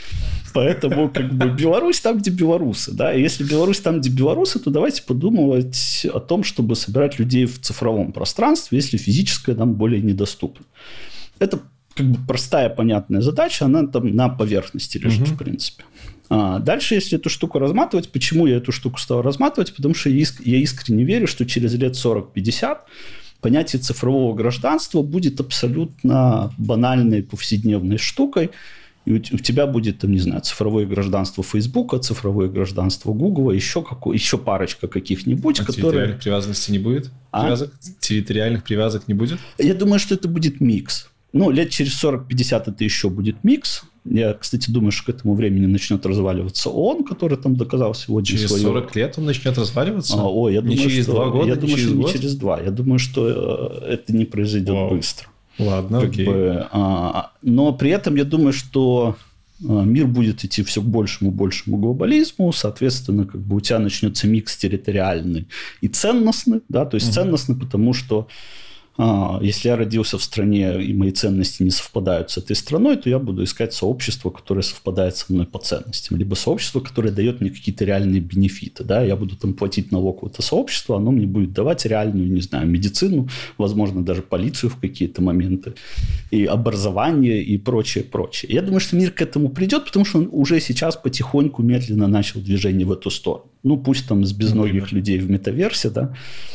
Поэтому как бы Беларусь там, где белорусы. Да? И если Беларусь там, где белорусы, то давайте подумать о том, чтобы собирать людей в цифровом пространстве, если физическое нам более недоступно. Это как бы простая, понятная задача, она там на поверхности лежит, в принципе. Дальше, если эту штуку разматывать, почему я эту штуку стал разматывать? Потому что я искренне верю, что через лет 40-50 понятие цифрового гражданства будет абсолютно банальной повседневной штукой, и у тебя будет, там, не знаю, цифровое гражданство Фейсбука, цифровое гражданство Гугла, еще парочка каких-нибудь, которые... Территориальных привязанностей не будет? Территориальных привязок не будет? Я думаю, что это будет микс. Лет через 40-50 это еще будет микс. Я, кстати, думаю, что к этому времени начнет разваливаться ООН, который там доказал сегодня через свое... 40 лет он начнет разваливаться? Я думаю, не через что... 2 года, я думаю, через что год? не через 2. Я думаю, что это не произойдет быстро. Ладно, окей. Но при этом я думаю, что мир будет идти все к большему и большему глобализму, соответственно, как бы у тебя начнется микс территориальный и ценностный, да, то есть ценностный, потому что если я родился в стране, и мои ценности не совпадают с этой страной, то я буду искать сообщество, которое совпадает со мной по ценностям. Либо сообщество, которое дает мне какие-то реальные бенефиты. Да? Я буду там платить налог в это сообщество, оно мне будет давать реальную, не знаю, медицину, возможно, даже полицию в какие-то моменты, и образование, и прочее, прочее. Я думаю, что мир к этому придет, потому что он уже сейчас потихоньку, медленно начал движение в эту сторону. Пусть там с безногих людей в метаверсе, да,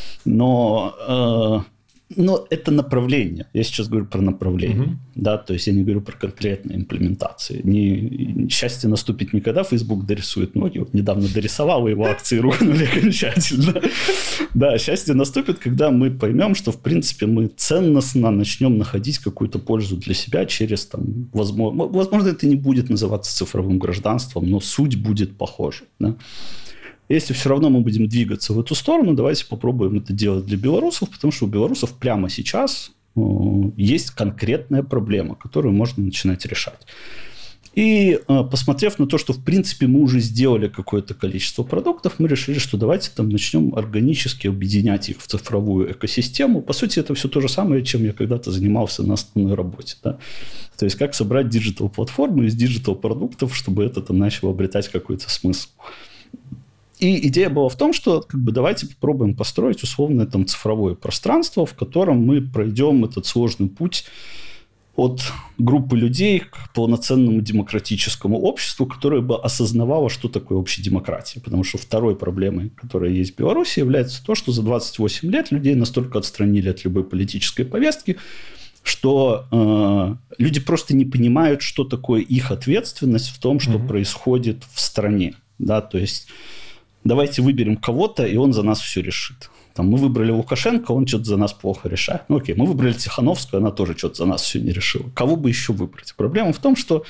но это направление. Я сейчас говорю про направление. Да? То есть я не говорю про конкретные имплементации. Счастье наступит не когда Facebook дорисует ноги. Вот недавно дорисовал, и его акции рухнули окончательно. Да, счастье наступит, когда мы поймем, что в принципе мы ценностно начнем находить какую-то пользу для себя через там, возможно, это не будет называться цифровым гражданством, но суть будет похожа. Да? Если все равно мы будем двигаться в эту сторону, давайте попробуем это делать для белорусов, потому что у белорусов прямо сейчас есть конкретная проблема, которую можно начинать решать. И посмотрев на то, что в принципе мы уже сделали какое-то количество продуктов, мы решили, что давайте там начнем органически объединять их в цифровую экосистему. По сути, это все то же самое, чем я когда-то занимался на основной работе. Да? То есть, как собрать диджитал-платформу из диджитал-продуктов, чтобы это там начало обретать какой-то смысл. И идея была в том, что как бы, давайте попробуем построить условное там, цифровое пространство, в котором мы пройдем этот сложный путь от группы людей к полноценному демократическому обществу, которое бы осознавало, что такое общая демократия. Потому что второй проблемой, которая есть в Беларуси, является то, что за 28 лет людей настолько отстранили от любой политической повестки, что люди просто не понимают, что такое их ответственность в том, что происходит в стране. Да? То есть давайте выберем кого-то, и он за нас все решит. Там, мы выбрали Лукашенко, он что-то за нас плохо решает. Окей, мы выбрали Тихановскую, она тоже что-то за нас все не решила. Кого бы еще выбрать? Проблема в том, что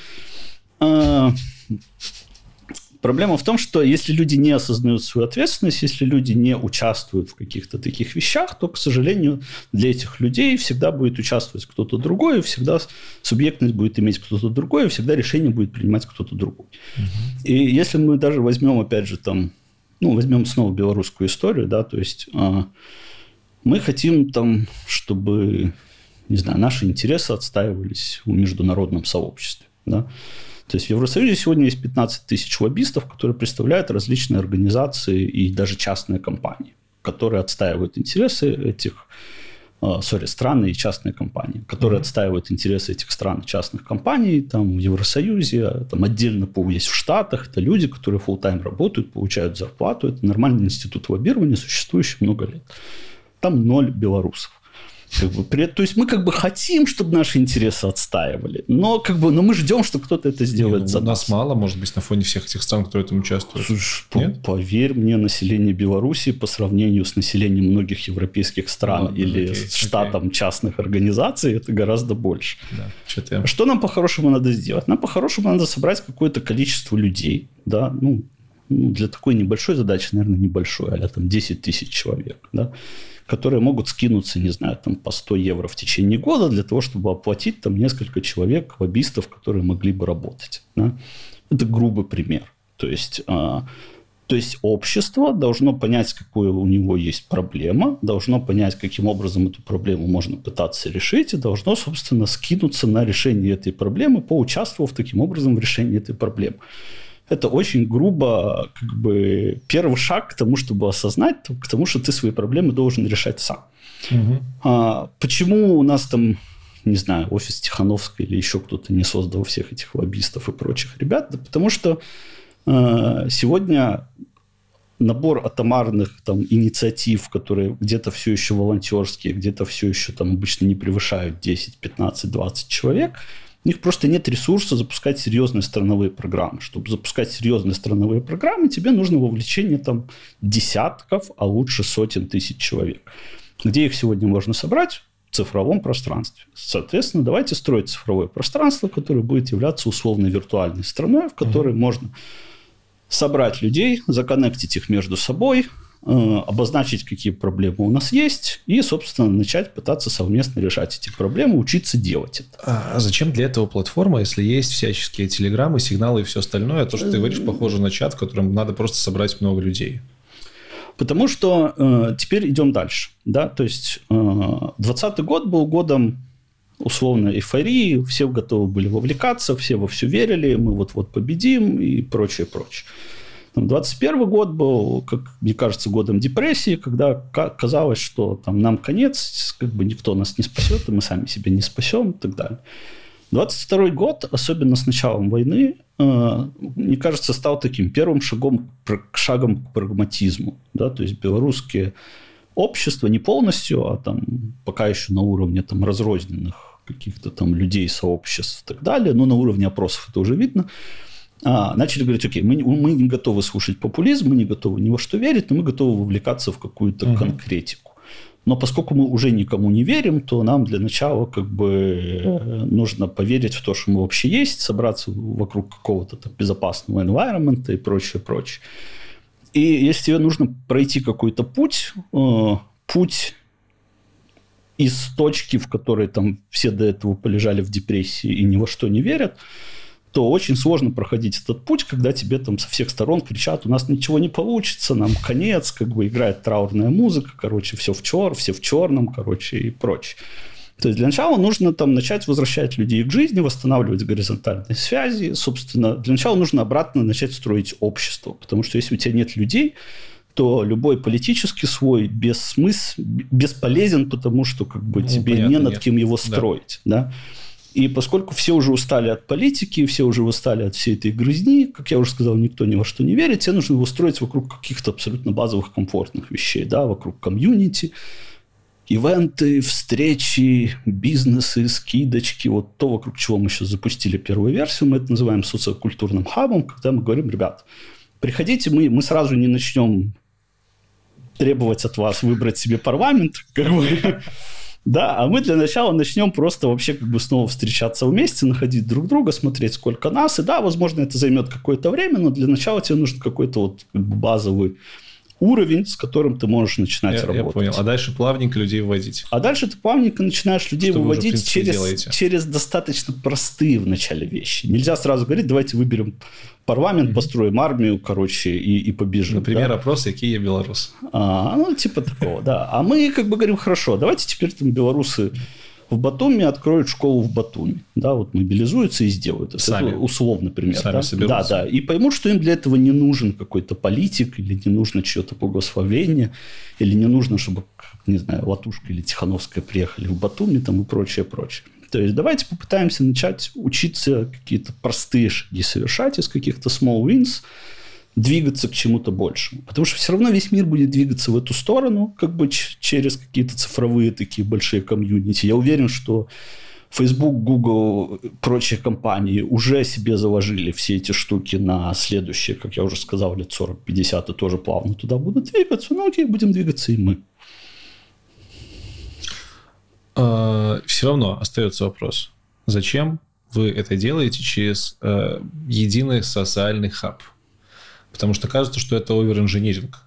если люди не осознают свою ответственность, если люди не участвуют в каких-то таких вещах, то, к сожалению, для этих людей всегда будет участвовать кто-то другой, всегда субъектность будет иметь кто-то другой, и всегда решение будет принимать кто-то другой. И если мы даже возьмем, опять же, там, возьмем снова белорусскую историю, да, то есть мы хотим там, чтобы, не знаю, наши интересы отстаивались в международном сообществе, да. То есть в Евросоюзе сегодня есть 15 тысяч лоббистов, которые представляют различные организации и даже частные компании, которые отстаивают интересы этих страны и частные компании, которые отстаивают интересы этих стран и частных компаний там, в Евросоюзе, там отдельно пул есть в Штатах. Это люди, которые фулл-тайм работают, получают зарплату. Это нормальный институт лоббирования, существующий много лет. Там 0 белорусов. То есть мы как бы хотим, чтобы наши интересы отстаивали, но мы ждем, что кто-то это сделает за нас. Нас мало, может быть, на фоне всех этих стран, которые в этом участвуют. Слушай, поверь мне, население Беларуси по сравнению с населением многих европейских стран с штатом частных организаций, это гораздо больше. Да, что нам по-хорошему надо сделать? Нам по-хорошему надо собрать какое-то количество людей, да, для такой небольшой задачи, наверное, небольшой, а там 10 тысяч человек, да, которые могут скинуться, не знаю, там, по 100 евро в течение года для того, чтобы оплатить там несколько человек, лоббистов, которые могли бы работать. Да? Это грубый пример. То есть То есть общество должно понять, какая у него есть проблема, должно понять, каким образом эту проблему можно пытаться решить, и должно, собственно, скинуться на решение этой проблемы, поучаствовав таким образом в решении этой проблемы. Это очень грубо, первый шаг к тому, чтобы осознать, к тому, что ты свои проблемы должен решать сам. Почему у нас там, не знаю, офис Тихановской или еще кто-то не создал всех этих лоббистов и прочих ребят? Да потому что сегодня набор атомарных там, инициатив, которые где-то все еще волонтерские, где-то все еще там обычно не превышают 10, 15, 20 человек, у них просто нет ресурса запускать серьезные страновые программы. Чтобы запускать серьезные страновые программы, тебе нужно вовлечение там, десятков, а лучше сотен тысяч человек. Где их сегодня можно собрать? В цифровом пространстве. Соответственно, давайте строить цифровое пространство, которое будет являться условно виртуальной страной, в которой можно собрать людей, законнектить их между собой, обозначить, какие проблемы у нас есть, и, собственно, начать пытаться совместно решать эти проблемы, учиться делать это. А зачем для этого платформа, если есть всяческие телеграммы, сигналы и все остальное? То, что ты говоришь, похоже на чат, в котором надо просто собрать много людей. Потому что теперь идем дальше. Да? То есть 2020 год был годом условно эйфории, все готовы были вовлекаться, все во все верили, мы вот-вот победим и прочее, прочее. 2021 год был, как мне кажется, годом депрессии, когда казалось, что там, нам конец, никто нас не спасет, и мы сами себя не спасем и так далее. 2022 год, особенно с началом войны, мне кажется, стал таким первым шагом к прагматизму. Да? То есть белорусские общества не полностью, а там пока еще на уровне там, разрозненных каких-то там людей, сообществ и так далее, но на уровне опросов это уже видно, начали говорить, окей, мы не готовы слушать популизм, мы не готовы ни во что верить, но мы готовы вовлекаться в какую-то конкретику. Но поскольку мы уже никому не верим, то нам для начала нужно поверить в то, что мы вообще есть, собраться вокруг какого-то там безопасного environment и прочее, прочее. И если тебе нужно пройти какой-то путь из точки, в которой там все до этого полежали в депрессии и ни во что не верят, то очень сложно проходить этот путь, когда тебе там со всех сторон кричат, у нас ничего не получится, нам конец, играет траурная музыка, все в черном, и прочее. То есть для начала нужно там начать возвращать людей к жизни, восстанавливать горизонтальные связи. Собственно, для начала нужно обратно начать строить общество, потому что если у тебя нет людей, то любой политический слой бесполезен, потому что тебе не над кем его строить. Да? И поскольку все уже устали от политики, все уже устали от всей этой грызни, как я уже сказал, никто ни во что не верит, тебе нужно его строить вокруг каких-то абсолютно базовых комфортных вещей, да, вокруг комьюнити, ивенты, встречи, бизнесы, скидочки, вот то, вокруг чего мы сейчас запустили первую версию, мы это называем социокультурным хабом, когда мы говорим, ребят, приходите, мы сразу не начнем требовать от вас выбрать себе парламент, да, а мы для начала начнем просто вообще снова встречаться вместе, находить друг друга, смотреть, сколько нас. И да, возможно, это займет какое-то время, но для начала тебе нужен какой-то базовый уровень, с которым ты можешь начинать работать. Я понял. А дальше плавненько людей вводить. А дальше ты плавненько начинаешь людей выводить через достаточно простые в начале вещи. Нельзя сразу говорить, давайте выберем парламент, построим армию, и побежим. Например, опрос, какие я белорус. Типа такого, да. А мы говорим, хорошо, давайте теперь там белорусы в Батуми откроют школу в Батуми. Да, вот мобилизуются и сделают это. Сами. Это условно, например. Сами соберутся. Да. И поймут, что им для этого не нужен какой-то политик, или не нужно чье-то благословение, или не нужно, чтобы, не знаю, Латушка или Тихановская приехали в Батуми там, и прочее, прочее. То есть давайте попытаемся начать учиться какие-то простые шаги совершать из каких-то small wins, двигаться к чему-то большему. Потому что все равно весь мир будет двигаться в эту сторону, через какие-то цифровые такие большие комьюнити. Я уверен, что Facebook, Google, прочие компании уже себе заложили все эти штуки на следующие, как я уже сказал, лет 40-50, и тоже плавно туда будут двигаться. Окей, будем двигаться и мы. Все равно остается вопрос. Зачем вы это делаете через единый социальный хаб? Потому что кажется, что это оверинжиниринг.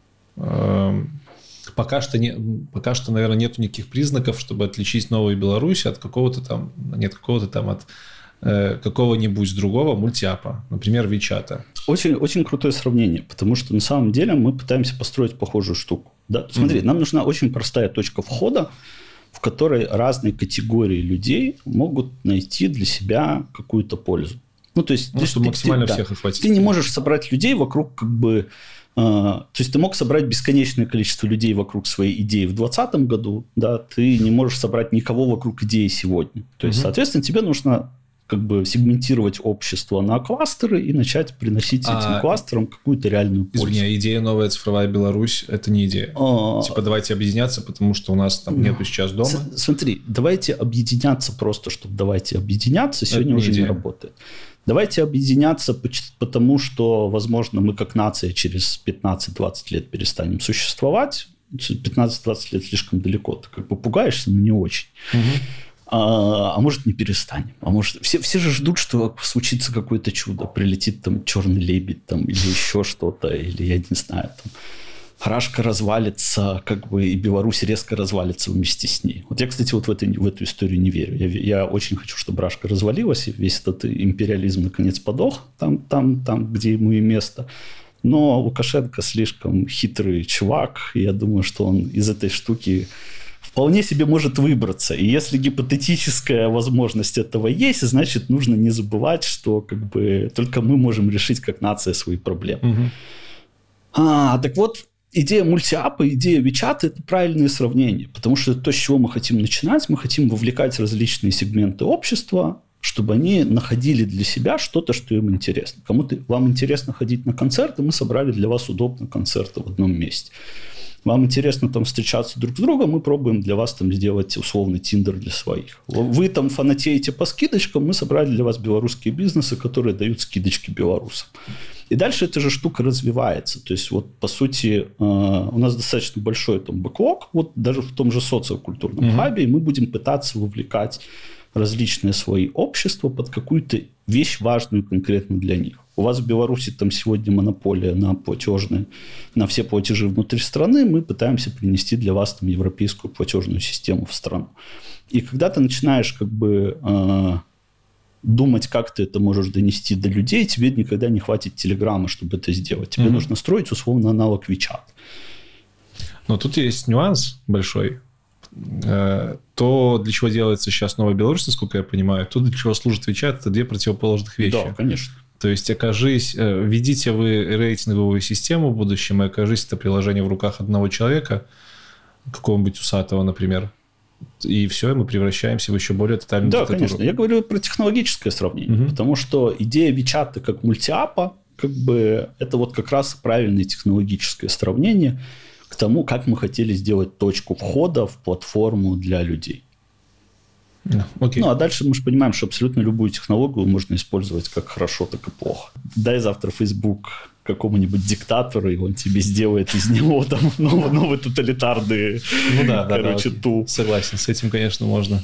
Пока что, наверное, нет никаких признаков, чтобы отличить Новую Беларусь от какого-нибудь другого мультиапа, например, Вичата. очень, очень крутое сравнение, потому что на самом деле мы пытаемся построить похожую штуку. Да? Смотри, нам нужна очень простая точка входа, в которой разные категории людей могут найти для себя какую-то пользу. Ну, то есть, чтобы максимально всех охватить. Ты не можешь собрать людей вокруг как бы... то есть, ты мог собрать бесконечное количество людей вокруг своей идеи в 2020 году, да, ты не можешь собрать никого вокруг идеи сегодня. То есть, соответственно, тебе нужно как бы сегментировать общество на кластеры и начать приносить этим кластерам какую-то реальную пользу. Извини, идея «Новая цифровая Беларусь» — это не идея. Типа давайте объединяться, потому что у нас там нету сейчас дома. Смотри, давайте объединяться просто, чтобы давайте объединяться, сегодня уже не работает. Давайте объединяться, потому что, возможно, мы как нация через 15-20 лет перестанем существовать. 15-20 лет слишком далеко. Ты как бы пугаешься, но не очень. А может, не перестанем. А может, все же ждут, что случится какое-то чудо. Прилетит там черный лебедь там, или еще что-то. Или, я не знаю, там, Рашка развалится, как бы, и Беларусь резко развалится вместе с ней. Вот я, кстати, вот в эту историю не верю. Я очень хочу, чтобы Рашка развалилась, и весь этот империализм наконец подох там, где ему и место. Но Лукашенко слишком хитрый чувак, и я думаю, что он из этой штуки вполне себе может выбраться. И если гипотетическая возможность этого есть, значит, нужно не забывать, что как бы только мы можем решить как нация свои проблемы. Так вот, идея мультиапа, идея Вичата – это правильные сравнения, потому что это то, с чего мы хотим начинать. Мы хотим вовлекать различные сегменты общества, чтобы они находили для себя что-то, что им интересно. Вам интересно ходить на концерты, мы собрали для вас удобно концерты в одном месте. Вам интересно там встречаться друг с другом, мы пробуем для вас там сделать условный Тиндер для своих. Вы там фанатеете по скидочкам, мы собрали для вас белорусские бизнесы, которые дают скидочки белорусам. И дальше эта же штука развивается. То есть, вот, по сути, у нас достаточно большой там бэклог, вот даже в том же социокультурном хабе, и мы будем пытаться вовлекать различные свои общества под какую-то вещь важную конкретно для них. У вас в Беларуси там сегодня монополия на платежные, на все платежи внутри страны. Мы пытаемся принести для вас там европейскую платежную систему в страну. И когда ты начинаешь как бы думать, как ты это можешь донести до людей, тебе никогда не хватит телеграммы, чтобы это сделать. Тебе нужно строить условно аналог WeChat. Но тут есть нюанс большой. То, для чего делается сейчас Новая Беларусь, насколько я понимаю, то, для чего служит WeChat, это две противоположных вещи. Да, конечно. То есть, введите вы рейтинговую систему в будущем, и окажись это приложение в руках одного человека, какого-нибудь усатого, например, и все, мы превращаемся в еще более тотальную диктатуру. Да, конечно. Я говорю про технологическое сравнение, потому что идея WeChat как мультиапа, как бы, это вот как раз правильное технологическое сравнение к тому, как мы хотели сделать точку входа в платформу для людей. Okay. Ну, а дальше мы же понимаем, что абсолютно любую технологию можно использовать как хорошо, так и плохо. Дай завтра Facebook какому-нибудь диктатору, и он тебе сделает из него там новый тоталитарный, тул. Согласен, с этим, конечно, можно.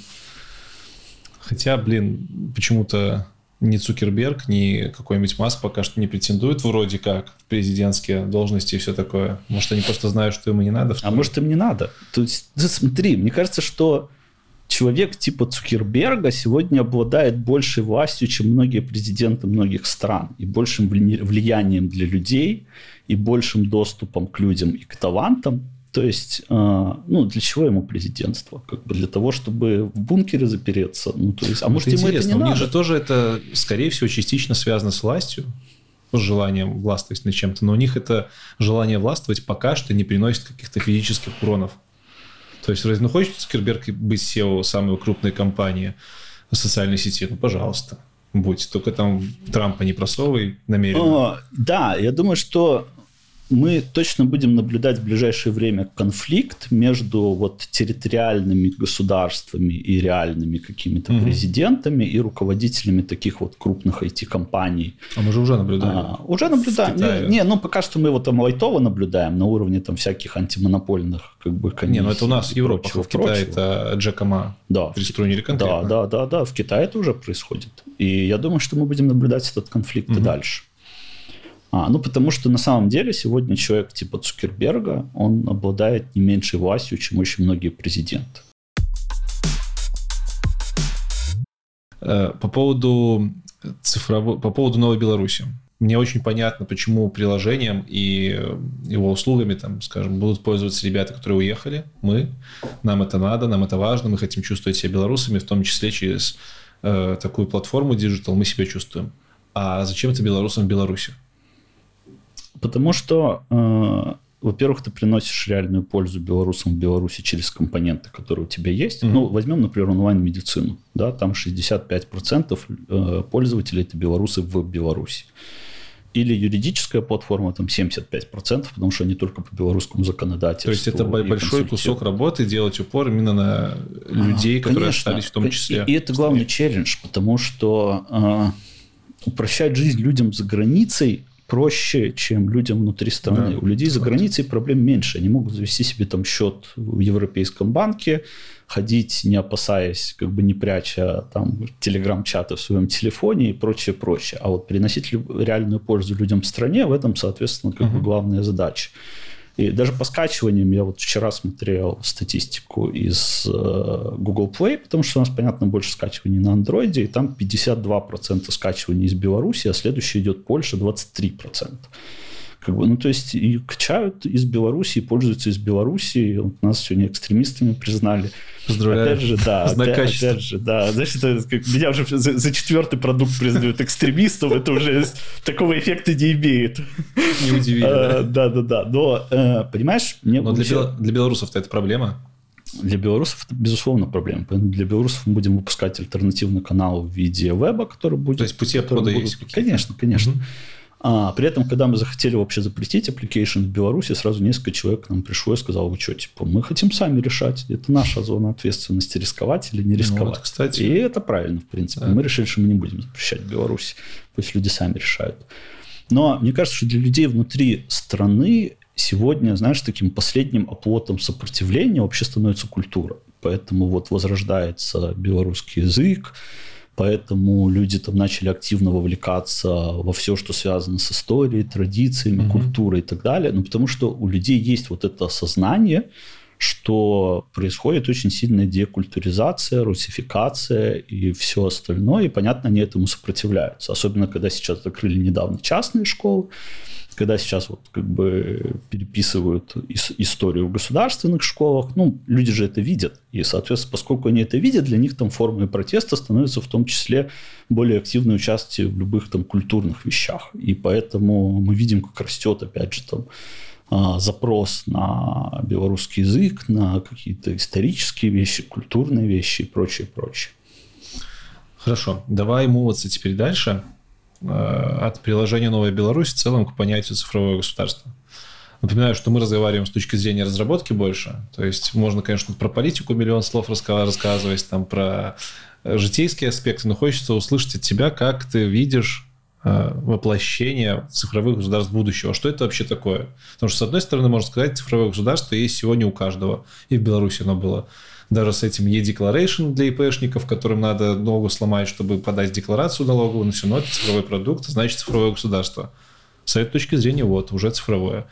Хотя, почему-то ни Цукерберг, ни какой-нибудь Маск пока что не претендуют вроде как в президентские должности и все такое. Может, они просто знают, что им и не надо. А может, им не надо. То есть, смотри, мне кажется, что человек типа Цукерберга сегодня обладает большей властью, чем многие президенты многих стран, и большим влиянием для людей, и большим доступом к людям и к талантам. То есть, для чего ему президентство? Как бы для того, чтобы в бункере запереться? А может, ему это не надо? У них же тоже это, скорее всего, частично связано с властью, с желанием властвовать над чем-то, но у них это желание властвовать пока что не приносит каких-то физических уронов. То есть, разве хочет Цукерберг быть SEO самой крупной компании в социальной сети? Пожалуйста, будь. Только там Трампа не просовывай намеренно. Да, я думаю, что мы точно будем наблюдать в ближайшее время конфликт между территориальными государствами и реальными какими-то президентами и руководителями таких крупных IT-компаний. А мы же уже наблюдаем. Уже наблюдаем. Пока что мы его там лайтово наблюдаем на уровне там всяких антимонопольных комиссий. Это у нас в Европе, в Китае это Джека Ма приструнили конкретно. Да, в Китае это уже происходит. И я думаю, что мы будем наблюдать этот конфликт и дальше. Потому что на самом деле сегодня человек типа Цукерберга, он обладает не меньшей властью, чем очень многие президенты. По поводу Новой Беларуси. мне очень понятно, почему приложением и его услугами, там, скажем, будут пользоваться ребята, которые уехали. Нам это надо, нам это важно, мы хотим чувствовать себя белорусами, в том числе через такую платформу Digital мы себя чувствуем. А зачем это белорусам в Беларуси? Потому что, во-первых, ты приносишь реальную пользу белорусам в Беларуси через компоненты, которые у тебя есть. Ну, возьмем, например, онлайн-медицину. Да, там 65% пользователей – это белорусы в Беларуси. Или юридическая платформа, там 75%, потому что они только по белорусскому законодательству. То есть это большой кусок работы делать упор именно на людей, которые остались в том числе. И это главный челлендж, потому что упрощать жизнь людям за границей проще, чем людям внутри страны. Да, у людей за границей проблем меньше. Они могут завести себе там счет в Европейском банке, ходить, не опасаясь, как бы не пряча там телеграм-чаты в своем телефоне и прочее, прочее. А вот приносить реальную пользу людям в стране, в этом, соответственно, как бы главная задача. И даже по скачиваниям я вот вчера смотрел статистику из Google Play, потому что у нас, понятно, больше скачиваний на Android, и там 52% скачиваний из Беларуси, а следующий идет Польша, 23%. Как бы, ну, то есть и качают из Беларуси, и пользуются из Беларуси. Вот нас сегодня экстремистами признали. Поздравляю. Опять же, да. Опять же, да. Значит, меня уже за 4-й продукт признают экстремистом. Это уже такого эффекта не имеет. Неудивительно. Да. Но, понимаешь, мне... Но для белорусов-то это проблема? Для белорусов это, безусловно, проблема. Для белорусов мы будем выпускать альтернативный канал в виде веба, который будет... То есть пути обхода есть какие-то? Конечно. При этом, когда мы захотели вообще запретить application в Беларуси, сразу несколько человек к нам пришло и сказало: вы что, типа, мы хотим сами решать. Это наша зона ответственности, рисковать или не рисковать. Вот, кстати. И это правильно, в принципе. Да. Мы решили, что мы не будем запрещать в Беларуси. Пусть люди сами решают. Но мне кажется, что для людей внутри страны сегодня, знаешь, таким последним оплотом сопротивления вообще становится культура. Поэтому вот возрождается белорусский язык, поэтому люди там начали активно вовлекаться во все, что связано с историей, традициями, культурой и так далее. Ну, потому что у людей есть вот это осознание, что происходит очень сильная декультуризация, русификация и все остальное. И, понятно, они этому сопротивляются. Особенно, когда сейчас закрыли недавно частные школы, когда сейчас вот как бы переписывают историю в государственных школах, ну, люди же это видят. И, соответственно, поскольку они это видят, для них там формой протеста становится в том числе более активное участие в любых там культурных вещах. И поэтому мы видим, как растет, опять же, там запрос на белорусский язык, на какие-то исторические вещи, культурные вещи и прочее, прочее. Хорошо, давай муваться теперь дальше. От приложения «Новая Беларусь» в целом к понятию цифровое государство. Напоминаю, что мы разговариваем с точки зрения разработки больше. То есть можно, конечно, про политику миллион слов рассказывать, там, про житейские аспекты, но хочется услышать от тебя, как ты видишь воплощение цифровых государств будущего. Что это вообще такое? Потому что, с одной стороны, можно сказать, цифровое государство есть сегодня у каждого. И в Беларуси оно было. Даже с этим e-declaration для ИПшников, которым надо ногу сломать, чтобы подать декларацию налоговую, но все равно это цифровой продукт, значит цифровое государство. С этой точки зрения, вот, уже цифровое.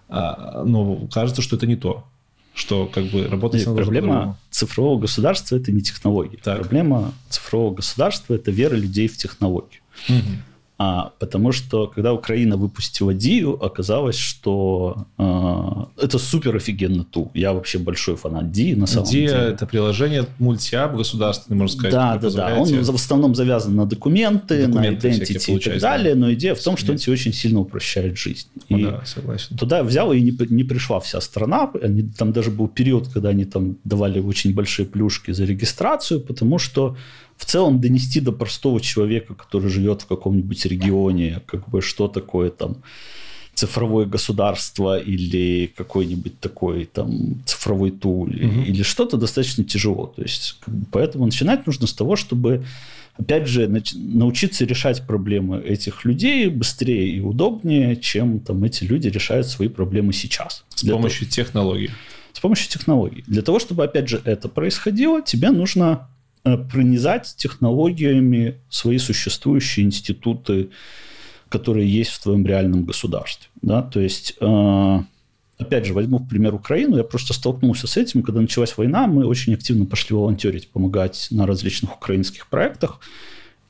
Но кажется, что это не то. Что как бы работать надо. Проблема цифрового государства – это не технологии. Так. Проблема цифрового государства – это вера людей в технологию. Потому что, когда Украина выпустила Дию, оказалось, что это супер офигенный тул. Я вообще большой фанат Дии, на самом деле. Дия – это приложение мультиап государственный, можно сказать. Да. Он в основном завязан на документы на identity и так далее, но идея в том, что он тебе очень сильно упрощает жизнь. Да, согласен. Туда взяла и не пришла вся страна. Там даже был период, когда они там давали очень большие плюшки за регистрацию, потому что в целом донести до простого человека, который живет в каком-нибудь регионе, как бы что такое там цифровое государство или какой-нибудь такой там цифровой тул или что-то, достаточно тяжело. То есть, поэтому начинать нужно с того, чтобы, опять же, научиться решать проблемы этих людей быстрее и удобнее, чем там эти люди решают свои проблемы сейчас. С помощью технологий. С помощью технологий. Для того, чтобы, опять же, это происходило, тебе нужно пронизать технологиями свои существующие институты, которые есть в твоем реальном государстве. Да? То есть, опять же, возьму в пример Украину. Я просто столкнулся с этим, когда началась война, мы очень активно пошли волонтерить, помогать на различных украинских проектах.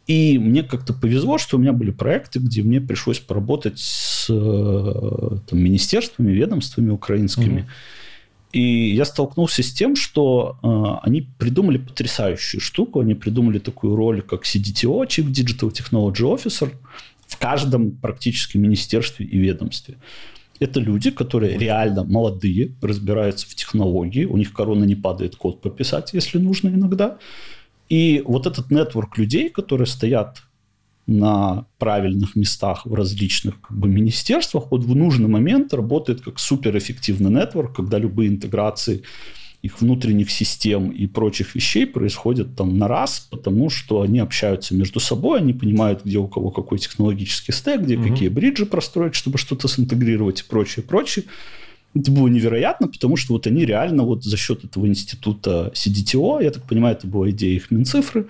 И мне как-то повезло, что у меня были проекты, где мне пришлось поработать с там, министерствами, ведомствами украинскими. И я столкнулся с тем, что они придумали потрясающую штуку. Они придумали такую роль, как CDTO, Chief Digital Technology Officer, в каждом практически министерстве и ведомстве. Это люди, которые реально молодые, разбираются в технологии, у них корона не падает, код пописать, если нужно иногда. И вот этот нетворк людей, которые стоят на правильных местах в различных министерствах, вот в нужный момент работает как суперэффективный нетворк, когда любые интеграции их внутренних систем и прочих вещей происходят там на раз, потому что они общаются между собой, они понимают, где у кого какой технологический стек, где какие бриджи простроить, чтобы что-то синтегрировать и прочее, прочее. Это было невероятно, потому что вот они реально вот за счет этого института CDTO, я так понимаю, это была идея их Минцифры,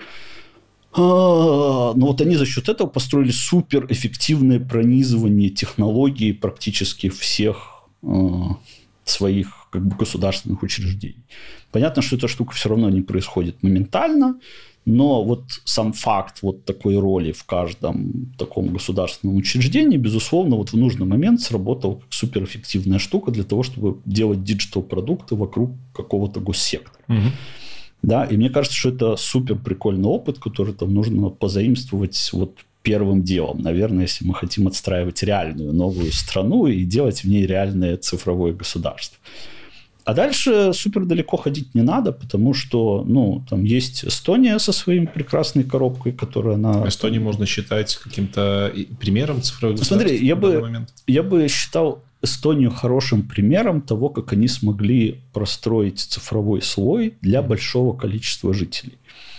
но вот они за счет этого построили суперэффективное пронизывание технологий практически всех своих как бы государственных учреждений. Понятно, что эта штука все равно не происходит моментально, но вот сам факт вот такой роли в каждом таком государственном учреждении, безусловно, вот в нужный момент сработал как суперэффективная штука для того, чтобы делать диджитал-продукты вокруг какого-то госсектора. Да, и мне кажется, что это супер прикольный опыт, который там нужно позаимствовать вот первым делом, наверное, если мы хотим отстраивать реальную новую страну и делать в ней реальное цифровое государство. А дальше супер далеко ходить не надо, потому что, ну, там есть Эстония со своей прекрасной коробкой, которая она... Эстонию можно считать каким-то примером цифрового государства? Смотри, я бы считал Эстонию хорошим примером того, как они смогли простроить цифровой слой для большого количества жителей.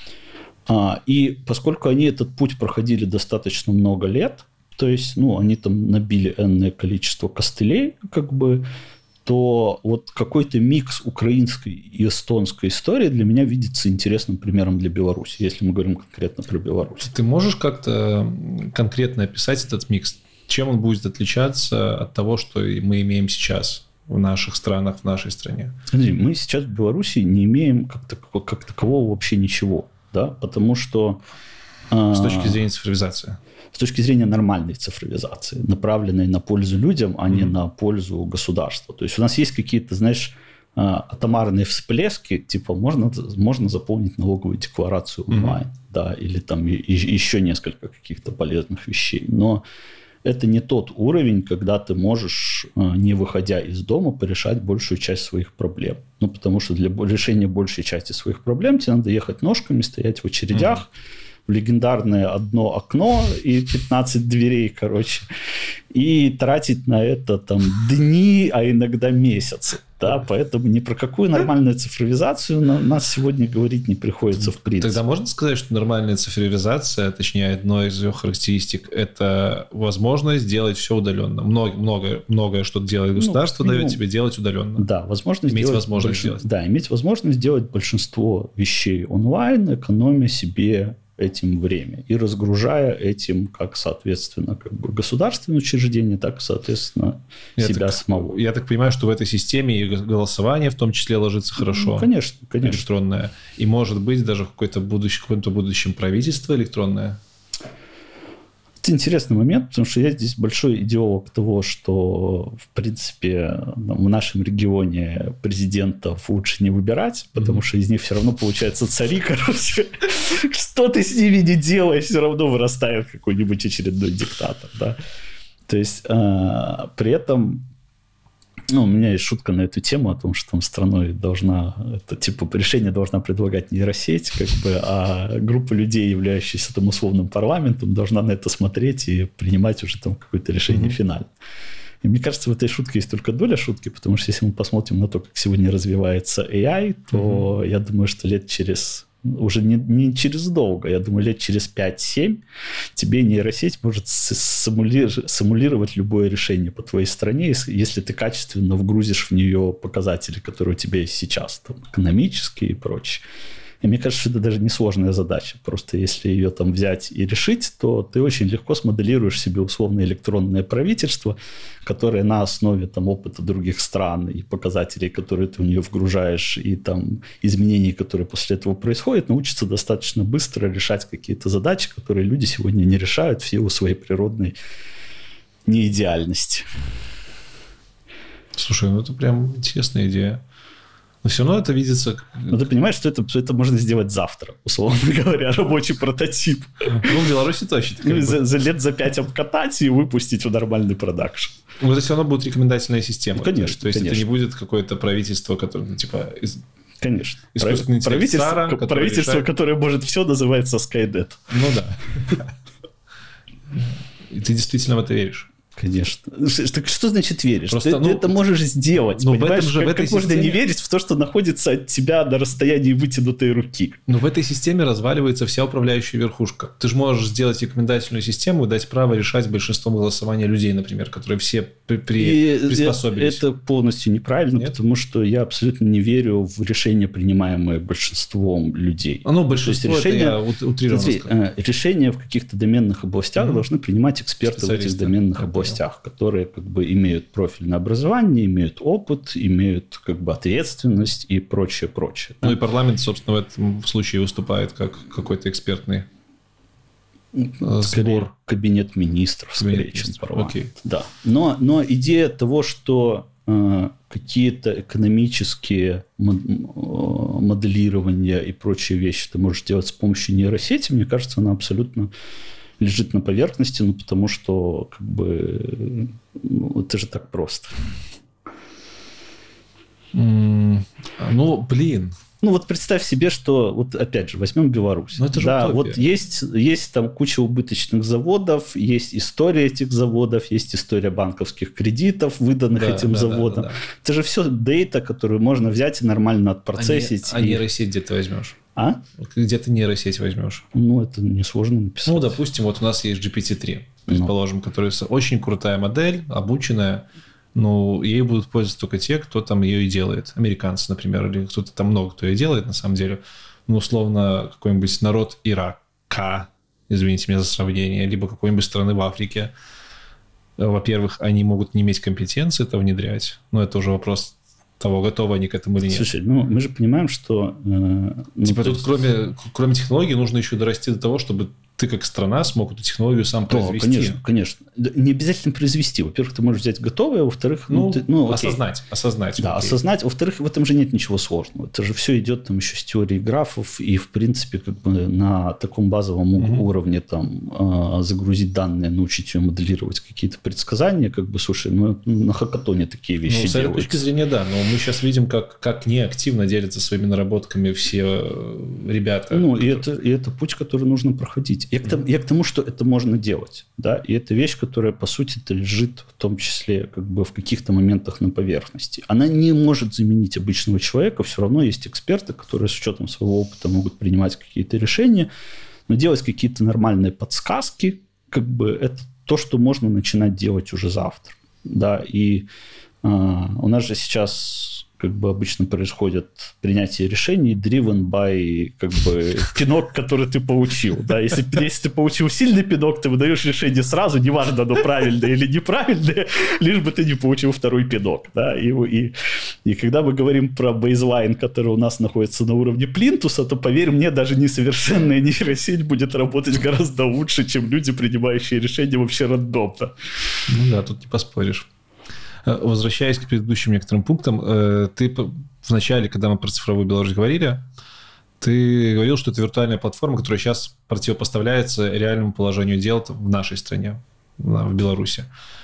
И поскольку они этот путь проходили достаточно много лет, то есть, ну, они там набили энное количество костылей, как бы, то вот какой-то микс украинской и эстонской истории для меня видится интересным примером для Беларуси, если мы говорим конкретно про Беларусь. Ты можешь как-то конкретно описать этот микс? Чем он будет отличаться от того, что мы имеем сейчас в наших странах, в нашей стране? Смотри, мы сейчас в Беларуси не имеем как такового вообще ничего, да, потому что... С точки зрения цифровизации? С точки зрения нормальной цифровизации, направленной на пользу людям, а не на пользу государства. То есть у нас есть какие-то, знаешь, атомарные всплески, типа можно заполнить налоговую декларацию онлайн, да, или там еще несколько каких-то полезных вещей. Но это не тот уровень, когда ты можешь, не выходя из дома, порешать большую часть своих проблем. Ну, потому что для решения большей части своих проблем тебе надо ехать ножками, стоять в очередях, в легендарное одно окно и 15 дверей, короче, и тратить на это там дни, а иногда месяцы. Да? Поэтому ни про какую нормальную цифровизацию нас сегодня говорить не приходится в принципе. Тогда можно сказать, что нормальная цифровизация, точнее, одной из ее характеристик, это возможность делать все удаленно. Многое, что делает государство, дает тебе делать удаленно. Да, иметь возможность делать. Да, иметь возможность делать большинство вещей онлайн, экономя себе этим время и разгружая этим как, соответственно, как бы государственные учреждения, так, соответственно, себя самого. Я так понимаю, что в этой системе и голосование в том числе ложится хорошо. Ну, конечно. Электронное. И, может быть, даже в каком-то будущем правительство электронное. Это интересный момент, потому что я здесь большой идеолог того, что, в принципе, в нашем регионе президентов лучше не выбирать, потому что из них все равно получаются цари, короче. Что ты с ними не делаешь, все равно вырастает какой-нибудь очередной диктатор, да. То есть, при этом, ну, у меня есть шутка на эту тему о том, что там страной должна, это типа решение должна предлагать нейросеть, как бы, а группа людей, являющаяся там условным парламентом, должна на это смотреть и принимать уже там какое-то решение финальное. И мне кажется, в этой шутке есть только доля шутки, потому что если мы посмотрим на то, как сегодня развивается AI, то я думаю, что лет через... Уже не через долго, я думаю, лет через 5-7 тебе нейросеть может симулировать любое решение по твоей стране, если ты качественно вгрузишь в нее показатели, которые у тебя есть сейчас, там, экономические и прочее. И мне кажется, что это даже не сложная задача. Просто если ее там взять и решить, то ты очень легко смоделируешь себе условно электронное правительство, которое на основе там опыта других стран и показателей, которые ты в нее вгружаешь, и там изменений, которые после этого происходят, научится достаточно быстро решать какие-то задачи, которые люди сегодня не решают в силу своей природной неидеальности. Слушай, ну это прям интересная идея. Но все равно это видится... Но ты понимаешь, что это можно сделать завтра, условно говоря, рабочий прототип. Ну, в Беларуси точно. Ну, за 5 обкатать и выпустить в нормальный продакшн. Ну, это все равно будет рекомендательная система. Ну, конечно. То есть конечно. это не будет какое-то правительство, которое, ну, типа... Конечно. Искусственный интеллект Сара, правительство, которое может все, называется Skynet. Ну да. И ты действительно в это веришь? Конечно. Так что значит веришь? Просто, ты это можешь сделать. Ну, понимаешь, в этой как можно не верить в то, что находится от тебя на расстоянии вытянутой руки? Но в этой системе разваливается вся управляющая верхушка. Ты же можешь сделать рекомендательную систему и дать право решать большинством голосования людей, например, которые все приспособились. Это полностью неправильно, Нет? потому что я абсолютно не верю в решения, принимаемые большинством людей. Ну, большинство, решения, это я утрированно сказал. Решения в каких-то доменных областях должны принимать эксперты в этих доменных областях, которые как бы имеют профильное образование, имеют опыт, имеют как бы ответственность и прочее. Ну да? И парламент, собственно, в этом случае выступает как какой-то экспертный сбор. Кабинет министров, скорее, чем парламент. Окей. Да. Но идея того, что какие-то экономические моделирования и прочие вещи ты можешь делать с помощью нейросети, мне кажется, она абсолютно лежит на поверхности, ну, потому что, как бы, это же так просто. Ну, блин. Ну, вот представь себе, что, вот опять же, возьмем Беларусь. Ну, это же да, утопия. вот есть там куча убыточных заводов, есть история этих заводов, есть история банковских кредитов, выданных этим заводам. Да. Это же все дейта, которую можно взять и нормально отпроцессить. А нейросеть где ты возьмешь? А? Где ты нейросеть возьмешь? Ну, это несложно написать. Ну, допустим, вот у нас есть GPT-3, предположим, которая очень крутая модель, обученная, но ей будут пользоваться только те, кто там ее и делает. Американцы, например, или кто-то там много кто ее делает, на самом деле. Ну, условно, какой-нибудь народ Ирака, извините меня за сравнение, либо какой-нибудь страны в Африке. Во-первых, они могут не иметь компетенции это внедрять, но это уже вопрос того, готовы они к этому или нет. Слушай, ну мы же понимаем, что... типа тут кроме технологий нужно еще дорасти до того, чтобы ты как страна смог эту технологию сам произвести. Конечно, конечно. Не обязательно произвести. Во-первых, ты можешь взять готовое, во-вторых... осознать. Да, осознать. Во-вторых, в этом же нет ничего сложного. Это же все идет там еще с теорией графов, и, в принципе, как бы на таком базовом уровне там загрузить данные, научить ее моделировать какие-то предсказания, как бы, слушай, на хакатоне такие вещи с этой точки зрения, да. Но мы сейчас видим, как неактивно делятся своими наработками все ребята. Ну, и это путь, который нужно проходить. Я к тому, что это можно делать, да, и это вещь, которая, по сути, лежит в том числе как бы в каких-то моментах на поверхности. Она не может заменить обычного человека, все равно есть эксперты, которые с учетом своего опыта могут принимать какие-то решения, но делать какие-то нормальные подсказки, как бы, это то, что можно начинать делать уже завтра, да, и у нас же сейчас... как бы обычно происходит принятие решений driven by как бы пинок, который ты получил. Да? Если ты получил сильный пинок, ты выдаешь решение сразу, неважно, оно правильное или неправильное, лишь бы ты не получил второй пинок. Да? И когда мы говорим про бейзлайн, который у нас находится на уровне плинтуса, то, поверь мне, даже несовершенная нейросеть будет работать гораздо лучше, чем люди, принимающие решения вообще рандомно. Ну да, тут не поспоришь. Возвращаясь к предыдущим некоторым пунктам, ты в начале, когда мы про цифровую Беларусь говорили, ты говорил, что это виртуальная платформа, которая сейчас противопоставляется реальному положению дел в нашей стране, в Беларуси.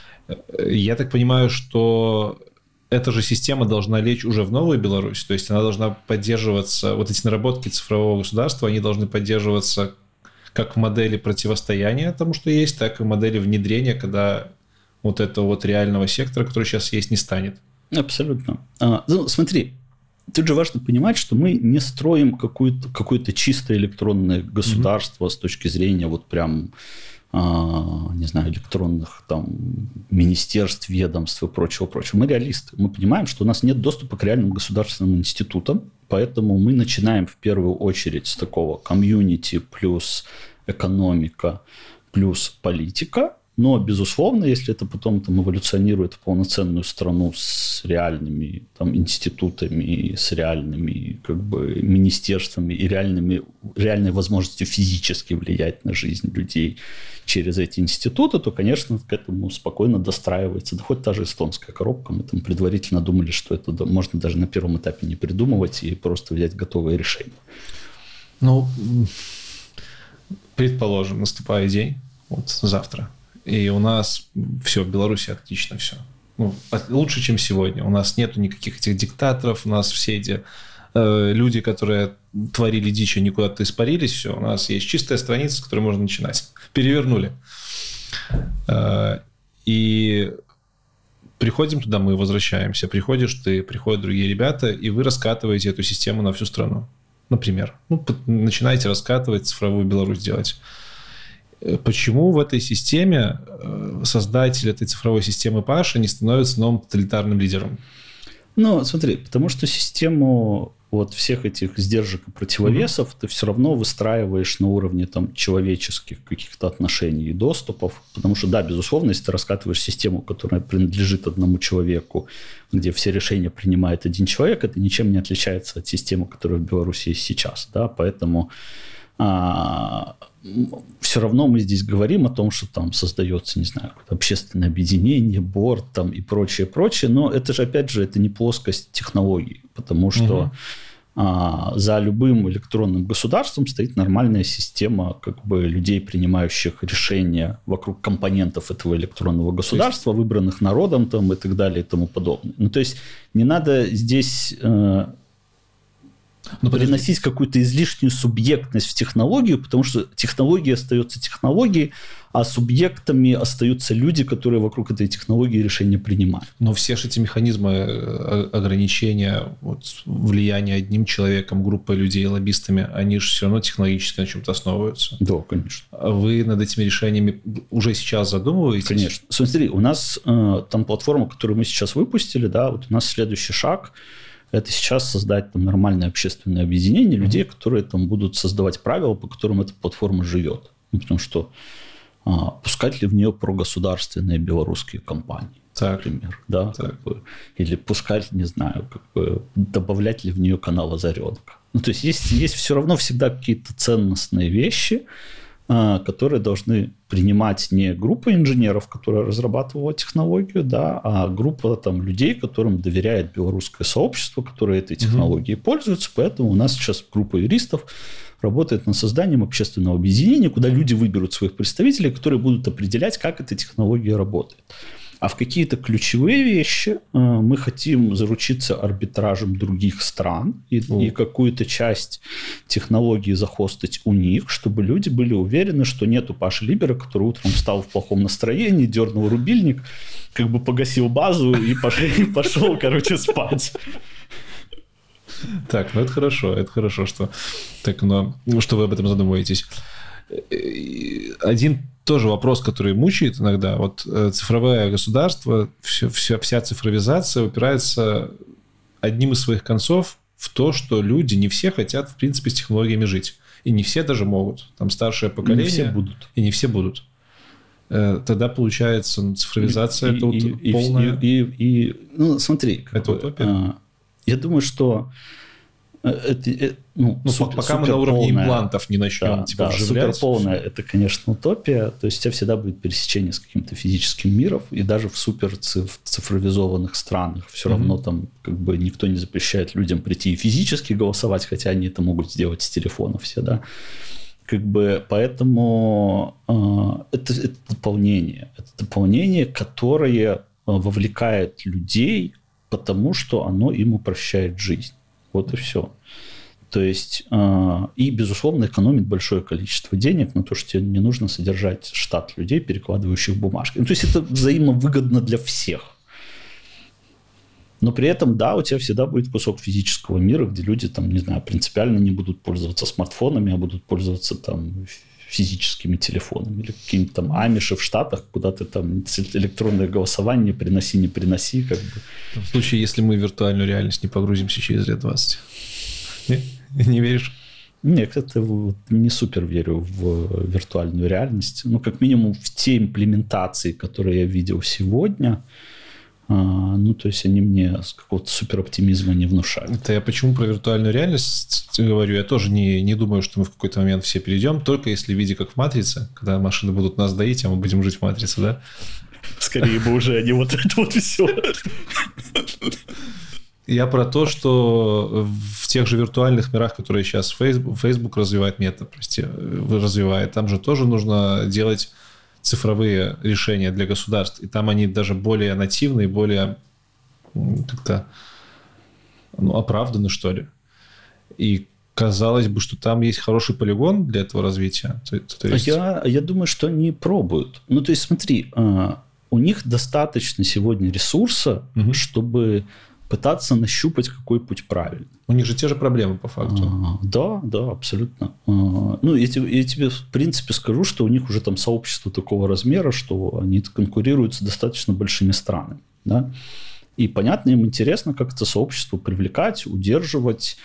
Я так понимаю, что эта же система должна лечь уже в новую Беларусь, то есть она должна поддерживаться, вот эти наработки цифрового государства, они должны поддерживаться как в модели противостояния тому, что есть, так и в модели внедрения, когда... вот этого вот реального сектора, который сейчас есть, не станет. Абсолютно. Смотри, тут же важно понимать, что мы не строим какое-то чисто электронное государство с точки зрения вот прям не знаю, электронных там министерств, ведомств и прочего-прочего. Мы реалисты. Мы понимаем, что у нас нет доступа к реальным государственным институтам, поэтому мы начинаем в первую очередь с такого комьюнити плюс экономика плюс политика. Но, безусловно, если это потом там эволюционирует в полноценную страну с реальными там, институтами, с реальными как бы, министерствами и реальной возможностью физически влиять на жизнь людей через эти институты, то, конечно, к этому спокойно достраивается. Да хоть та же эстонская коробка. Мы там предварительно думали, что это можно даже на первом этапе не придумывать и просто взять готовые решения. Ну, предположим, наступает день, вот завтра. И у нас все, в Беларуси отлично все. Ну, лучше, чем сегодня. У нас нету никаких этих диктаторов, у нас все эти люди, которые творили дичь, они куда-то испарились, все. У нас есть чистая страница, с которой можно начинать. Перевернули. И приходим туда, мы возвращаемся. Приходишь ты, приходят другие ребята, и вы раскатываете эту систему на всю страну. Например. Ну, начинаете раскатывать, цифровую Беларусь делать. Почему в этой системе создатель этой цифровой системы Паша не становится новым тоталитарным лидером? Ну, смотри, потому что систему вот всех этих сдержек и противовесов ты все равно выстраиваешь на уровне там, человеческих каких-то отношений и доступов. Потому что, да, безусловно, если ты раскатываешь систему, которая принадлежит одному человеку, где все решения принимает один человек, это ничем не отличается от системы, которая в Беларуси есть сейчас. Да? Поэтому все равно мы здесь говорим о том, что там создается, не знаю, общественное объединение, борд там и прочее, но это же, опять же, это не плоскость технологий, потому что за любым электронным государством стоит нормальная система как бы людей, принимающих решения вокруг компонентов этого электронного государства, выбранных народом там, и так далее и тому подобное. Ну, то есть не надо здесь приносить какую-то излишнюю субъектность в технологию, потому что технология остается технологией, а субъектами остаются люди, которые вокруг этой технологии решения принимают. Но все же эти механизмы ограничения, вот, влияния одним человеком, группой людей, лоббистами, они же все равно технологически на чем-то основываются. Да, конечно. А вы над этими решениями уже сейчас задумываетесь? Конечно. Смотри, у нас там платформа, которую мы сейчас выпустили, да, вот у нас следующий шаг – это сейчас создать там нормальное общественное объединение людей, которые там будут создавать правила, по которым эта платформа живет. Ну, потому что пускать ли в нее прогосударственные белорусские компании, например, да, как бы, или пускать, не знаю, как бы, добавлять ли в нее канал Озаренка. Ну, то есть все равно всегда какие-то ценностные вещи, которые должны принимать не группа инженеров, которая разрабатывала технологию, да, а группа там, людей, которым доверяет белорусское сообщество, которые этой технологией пользуются. Поэтому у нас сейчас группа юристов работает над созданием общественного объединения, куда люди выберут своих представителей, которые будут определять, как эта технология работает. А в какие-то ключевые вещи мы хотим заручиться арбитражем других стран и какую-то часть технологии захостить у них, чтобы люди были уверены, что нету Паши Либера, который утром встал в плохом настроении, дернул рубильник, как бы погасил базу и пошел, короче, спать. Так, ну это хорошо, что, так, что вы об этом задумываетесь. Один тоже вопрос, который мучает иногда. Вот цифровое государство, вся цифровизация упирается одним из своих концов в то, что люди не все хотят, в принципе, с технологиями жить. И не все даже могут. Там старшее поколение. Не все будут. И не все будут. Тогда получается цифровизация это полная... Ну, смотри. Это утопия? Я думаю, что... пока мы на уровне имплантов не начнем вживлять. Суперполная – это, конечно, утопия. То есть у тебя всегда будет пересечение с каким-то физическим миром. И даже в суперцифровизованных странах все равно там как бы никто не запрещает людям прийти и физически голосовать, хотя они это могут сделать с телефона все, да. Как бы, поэтому это дополнение. Это дополнение, которое вовлекает людей, потому что оно им упрощает жизнь. Вот и все. То есть, и, безусловно, экономит большое количество денег на то, что тебе не нужно содержать штат людей, перекладывающих бумажки. Ну, то есть, это взаимовыгодно для всех. Но при этом, да, у тебя всегда будет кусок физического мира, где люди, там, не знаю, принципиально не будут пользоваться смартфонами, а будут пользоваться там физическими телефонами. Или какие-нибудь там амиши в Штатах, куда ты там электронное голосование приноси, не приноси. Как бы. В случае, если мы в виртуальную реальность не погрузимся через лет 20. Не веришь? Нет, это не супер верю в виртуальную реальность. Ну, как минимум, в те имплементации, которые я видел сегодня, ну, то есть они мне какого-то супероптимизма не внушают. Это я почему про виртуальную реальность говорю? Я тоже не думаю, что мы в какой-то момент все перейдем, только если в виде как в «Матрице», когда машины будут нас доить, а мы будем жить в «Матрице», да? Скорее бы уже, а не вот это вот все. Я про то, что в тех же виртуальных мирах, которые сейчас Facebook развивает, развивает, там же тоже нужно делать цифровые решения для государств. И там они даже более нативные, более как-то оправданы, что ли. И казалось бы, что там есть хороший полигон для этого развития. То есть... Я думаю, что они пробуют. Ну, то есть, смотри, у них достаточно сегодня ресурса, чтобы пытаться нащупать, какой путь правильный. У них же те же проблемы, по факту. Да, абсолютно. Ну, я тебе, в принципе, скажу, что у них уже там сообщество такого размера, что они конкурируют с достаточно большими странами. Да? И, понятно, им интересно, как это сообщество привлекать, удерживать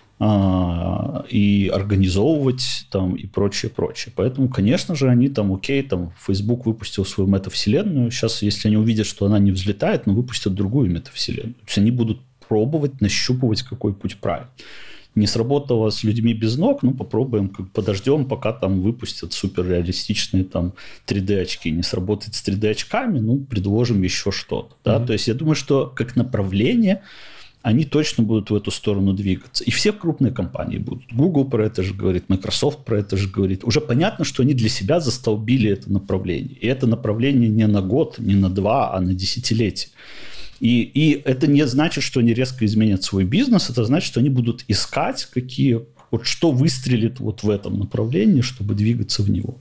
и организовывать там, и прочее. Поэтому, конечно же, они там, окей, там, Facebook выпустил свою метавселенную. Сейчас, если они увидят, что она не взлетает, но выпустят другую метавселенную. То есть они будут пробовать, нащупывать, какой путь правильный. Не сработало с людьми без ног, ну, попробуем, подождем, пока там выпустят суперреалистичные там 3D-очки. Не сработает с 3D-очками, ну, предложим еще что-то. Да? То есть я думаю, что как направление они точно будут в эту сторону двигаться. И все крупные компании будут. Google про это же говорит, Microsoft про это же говорит. Уже понятно, что они для себя застолбили это направление. И это направление не на год, не на 2, а на десятилетие. И это не значит, что они резко изменят свой бизнес. Это значит, что они будут искать, вот что выстрелит вот в этом направлении, чтобы двигаться в него.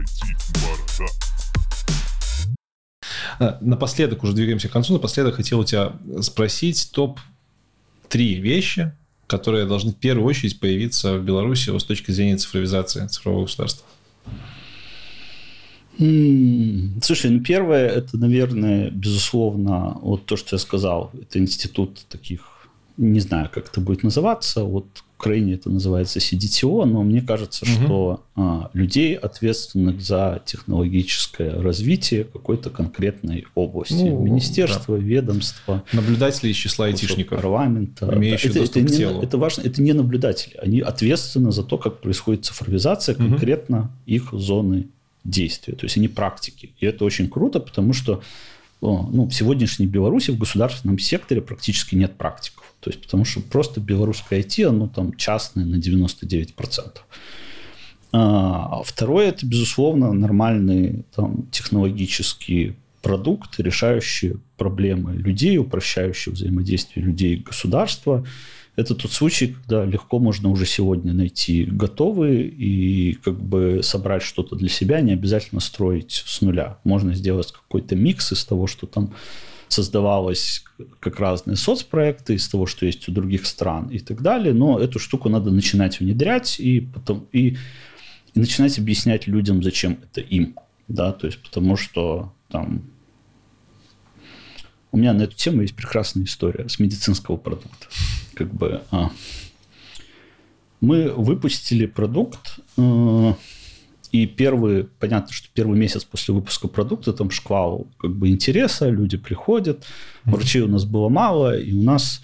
Напоследок, уже двигаемся к концу, напоследок хотел у тебя спросить топ-3 вещи, которые должны в первую очередь появиться в Беларуси с точки зрения цифровизации цифрового государства. Слушай, первое, это, наверное, безусловно, вот то, что я сказал, это институт таких, не знаю, как это будет называться, вот в Украине это называется CDTO, но мне кажется, что людей, ответственных за технологическое развитие какой-то конкретной области. Министерства, ведомства. Наблюдатели из числа айтишников. Парламента. Имеющие доступ к телу. Это важно, это не наблюдатели. Они ответственны за то, как происходит цифровизация конкретно их зоны действия. То есть они практики. И это очень круто, потому что в сегодняшней Беларуси в государственном секторе практически нет практиков. То есть, потому что просто белорусское IT, оно там частное на 99%. Второе, это, безусловно, нормальный там, технологический продукт, решающий проблемы людей, упрощающий взаимодействие людей и государства. Это тот случай, когда легко можно уже сегодня найти готовые и как бы собрать что-то для себя, не обязательно строить с нуля. Можно сделать какой-то микс из того, что там создавалось как разные соцпроекты, из того, что есть у других стран и так далее. Но эту штуку надо начинать внедрять и начинать объяснять людям, зачем это им. Да? То есть, потому что там... У меня на эту тему есть прекрасная история с медицинского продукта. Мы выпустили продукт, и понятно, что первый месяц после выпуска продукта там шквал интереса, люди приходят, врачей у нас было мало, и у нас,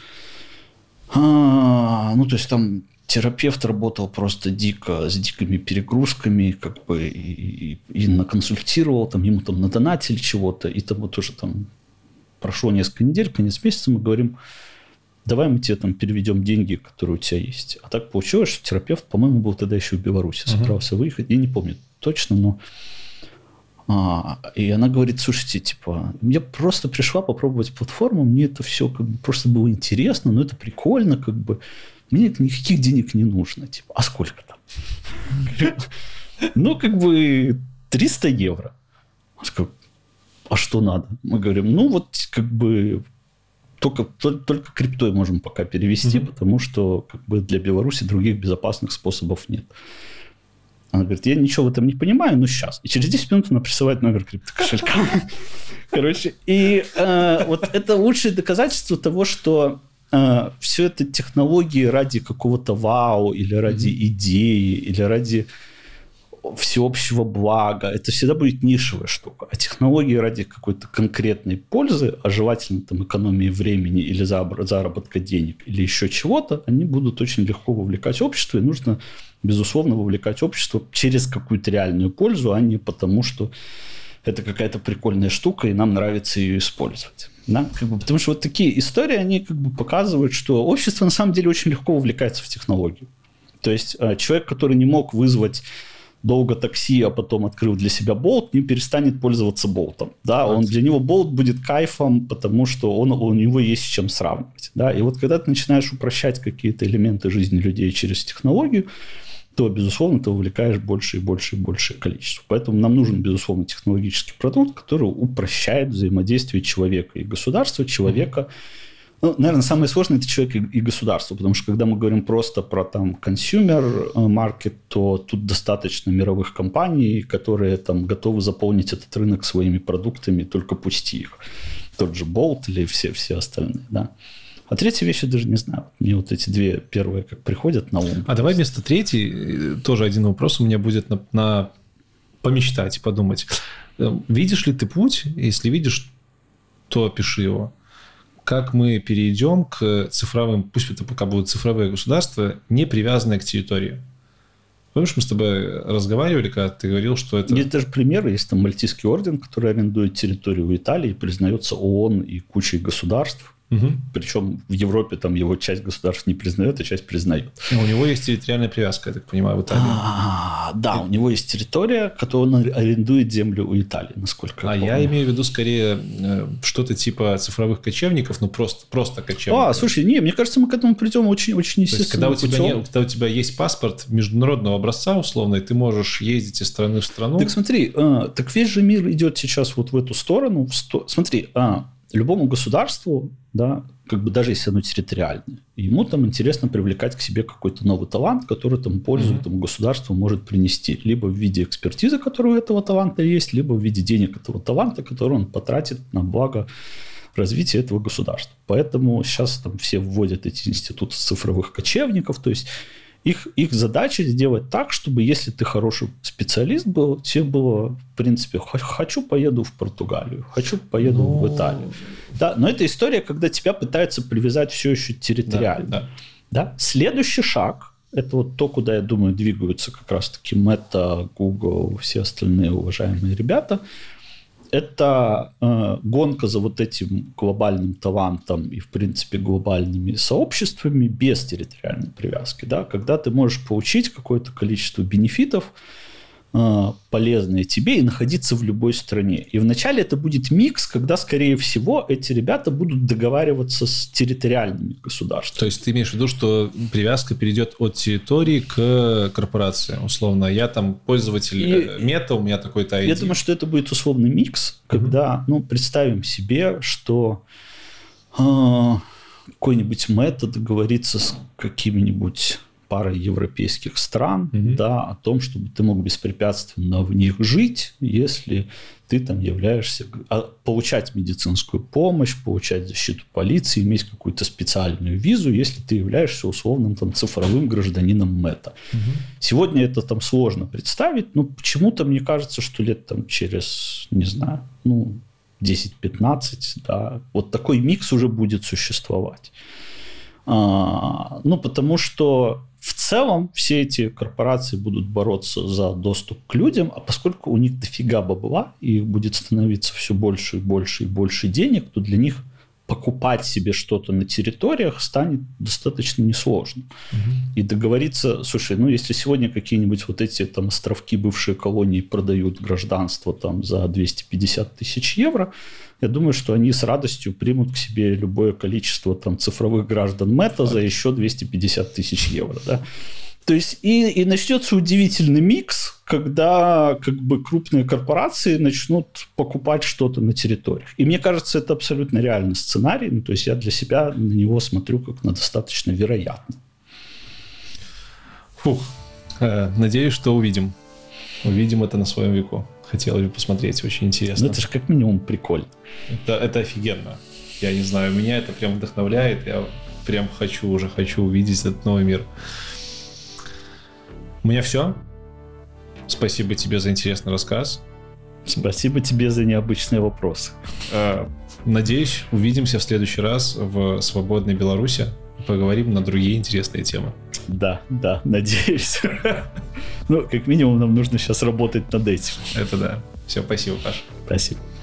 то есть там терапевт работал просто дико, с дикими перегрузками, и наконсультировал, ему там надонатили чего-то, и там вот уже там прошло несколько недель, конец месяца, мы говорим, давай мы тебе там переведем деньги, которые у тебя есть. А так получилось, что терапевт, по-моему, был тогда еще в Беларуси, собрался выехать, я не помню точно, но... И она говорит, слушайте, я просто пришла попробовать платформу, мне это все просто было интересно, но это прикольно, мне никаких денег не нужно. А сколько там? 300 евро. А что надо? Мы говорим, только криптой можем пока перевести, потому что для Беларуси других безопасных способов нет. Она говорит, я ничего в этом не понимаю, но сейчас. И через 10 минут она присылает номер криптокошелька. Короче, и вот это лучшее доказательство того, что все это технологии ради какого-то вау, или ради идеи, или ради всеобщего блага. Это всегда будет нишевая штука. А технологии ради какой-то конкретной пользы, а желательно там экономии времени или заработка денег, или еще чего-то, они будут очень легко вовлекать общество, и нужно, безусловно, вовлекать общество через какую-то реальную пользу, а не потому, что это какая-то прикольная штука, и нам нравится ее использовать. Да? Потому что вот такие истории, они показывают, что общество на самом деле очень легко вовлекается в технологию. То есть человек, который не мог вызвать долго такси, а потом открыл для себя Bolt, не перестанет пользоваться Болтом. Да? Для него Bolt будет кайфом, потому что у него есть с чем сравнивать. Да? И вот когда ты начинаешь упрощать какие-то элементы жизни людей через технологию, то, безусловно, ты вовлекаешь больше и больше и большее количество. Поэтому нам нужен, безусловно, технологический продукт, который упрощает взаимодействие человека и государства, человека. Ну, наверное, самое сложное – это человек и государство, потому что, когда мы говорим просто про там consumer market, то тут достаточно мировых компаний, которые там готовы заполнить этот рынок своими продуктами, только пусти их. Тот же Bolt или все остальные, да. А третья вещь я даже не знаю. Мне вот эти две первые как приходят на ум. А давай вместо третьей тоже один вопрос у меня будет на помечтать и подумать. Видишь ли ты путь? Если видишь, то пиши его. Как мы перейдем к цифровым, пусть это пока будут цифровые государства, не привязанные к территории? Помнишь, мы с тобой разговаривали, когда ты говорил, что это... Есть даже примеры. Есть там Мальтийский орден, который арендует территорию в Италии, признается ООН и кучей государств. Угу. Причем в Европе там его часть государств не признает, а часть признает. Но у него есть территориальная привязка, я так понимаю, в Италии. Да, у него есть территория, которую он арендует землю у Италии, насколько я помню. Я имею в виду скорее что-то типа цифровых кочевников, ну просто кочевников. Слушай, мне кажется, мы к этому придем очень естественно. То есть, когда у тебя есть паспорт международного образца, условно, и ты можешь ездить из страны в страну. Так смотри, так весь же мир идет сейчас вот в эту сторону. Смотри, любому государству, да, даже если оно территориальное, ему там интересно привлекать к себе какой-то новый талант, который там пользу этому государству может принести. Либо в виде экспертизы, которая у этого таланта есть, либо в виде денег этого таланта, который он потратит на благо развития этого государства. Поэтому сейчас там все вводят эти институты цифровых кочевников, то есть их задача сделать так, чтобы если ты хороший специалист был, тебе было, в принципе, хочу поеду в Португалию, хочу поеду в Италию. Да, но это история, когда тебя пытаются привязать все еще территориально. Да. Следующий шаг – это вот то, куда, я думаю, двигаются как раз-таки Meta, Google, все остальные уважаемые ребята. Это гонка за вот этим глобальным талантом и, в принципе, глобальными сообществами без территориальной привязки. Да? Когда ты можешь получить какое-то количество бенефитов, полезные тебе, и находиться в любой стране. И вначале это будет микс, когда, скорее всего, эти ребята будут договариваться с территориальными государствами. То есть ты имеешь в виду, что привязка перейдет от территории к корпорации, условно. Я там пользователь Мета, у меня такой-то ID. Я думаю, что это будет условный микс, когда, представим себе, что какой-нибудь Мета договорится с какими-нибудь парой европейских стран, да, о том, чтобы ты мог беспрепятственно в них жить, если ты там являешься... Получать медицинскую помощь, получать защиту полиции, иметь какую-то специальную визу, если ты являешься условным там цифровым гражданином Мета. Сегодня это там сложно представить, но почему-то мне кажется, что лет там через, не знаю, 10-15, да, вот такой микс уже будет существовать. Потому что в целом все эти корпорации будут бороться за доступ к людям, а поскольку у них дофига бабла, и их будет становиться все больше и больше и больше денег, то для них покупать себе что-то на территориях станет достаточно несложно. И договориться, слушай, если сегодня какие-нибудь вот эти там островки, бывшие колонии продают гражданство там за 250 тысяч евро, я думаю, что они с радостью примут к себе любое количество там цифровых граждан Мета за еще 250 тысяч евро. Да? То есть и начнется удивительный микс, когда крупные корпорации начнут покупать что-то на территориях. И мне кажется, это абсолютно реальный сценарий. То есть я для себя на него смотрю как на достаточно вероятный. Надеюсь, что увидим. Увидим это на своем веку. Хотелось бы посмотреть, очень интересно. Ну, это же как минимум прикольно. Это офигенно. Я не знаю, меня это прям вдохновляет. Я прям хочу увидеть этот новый мир. У меня все. Спасибо тебе за интересный рассказ. Спасибо тебе за необычные вопросы. Надеюсь, увидимся в следующий раз в свободной Беларуси и поговорим на другие интересные темы. Да, надеюсь. Ну, как минимум, нам нужно сейчас работать над этим. Это да. Все, спасибо, Паш. Спасибо.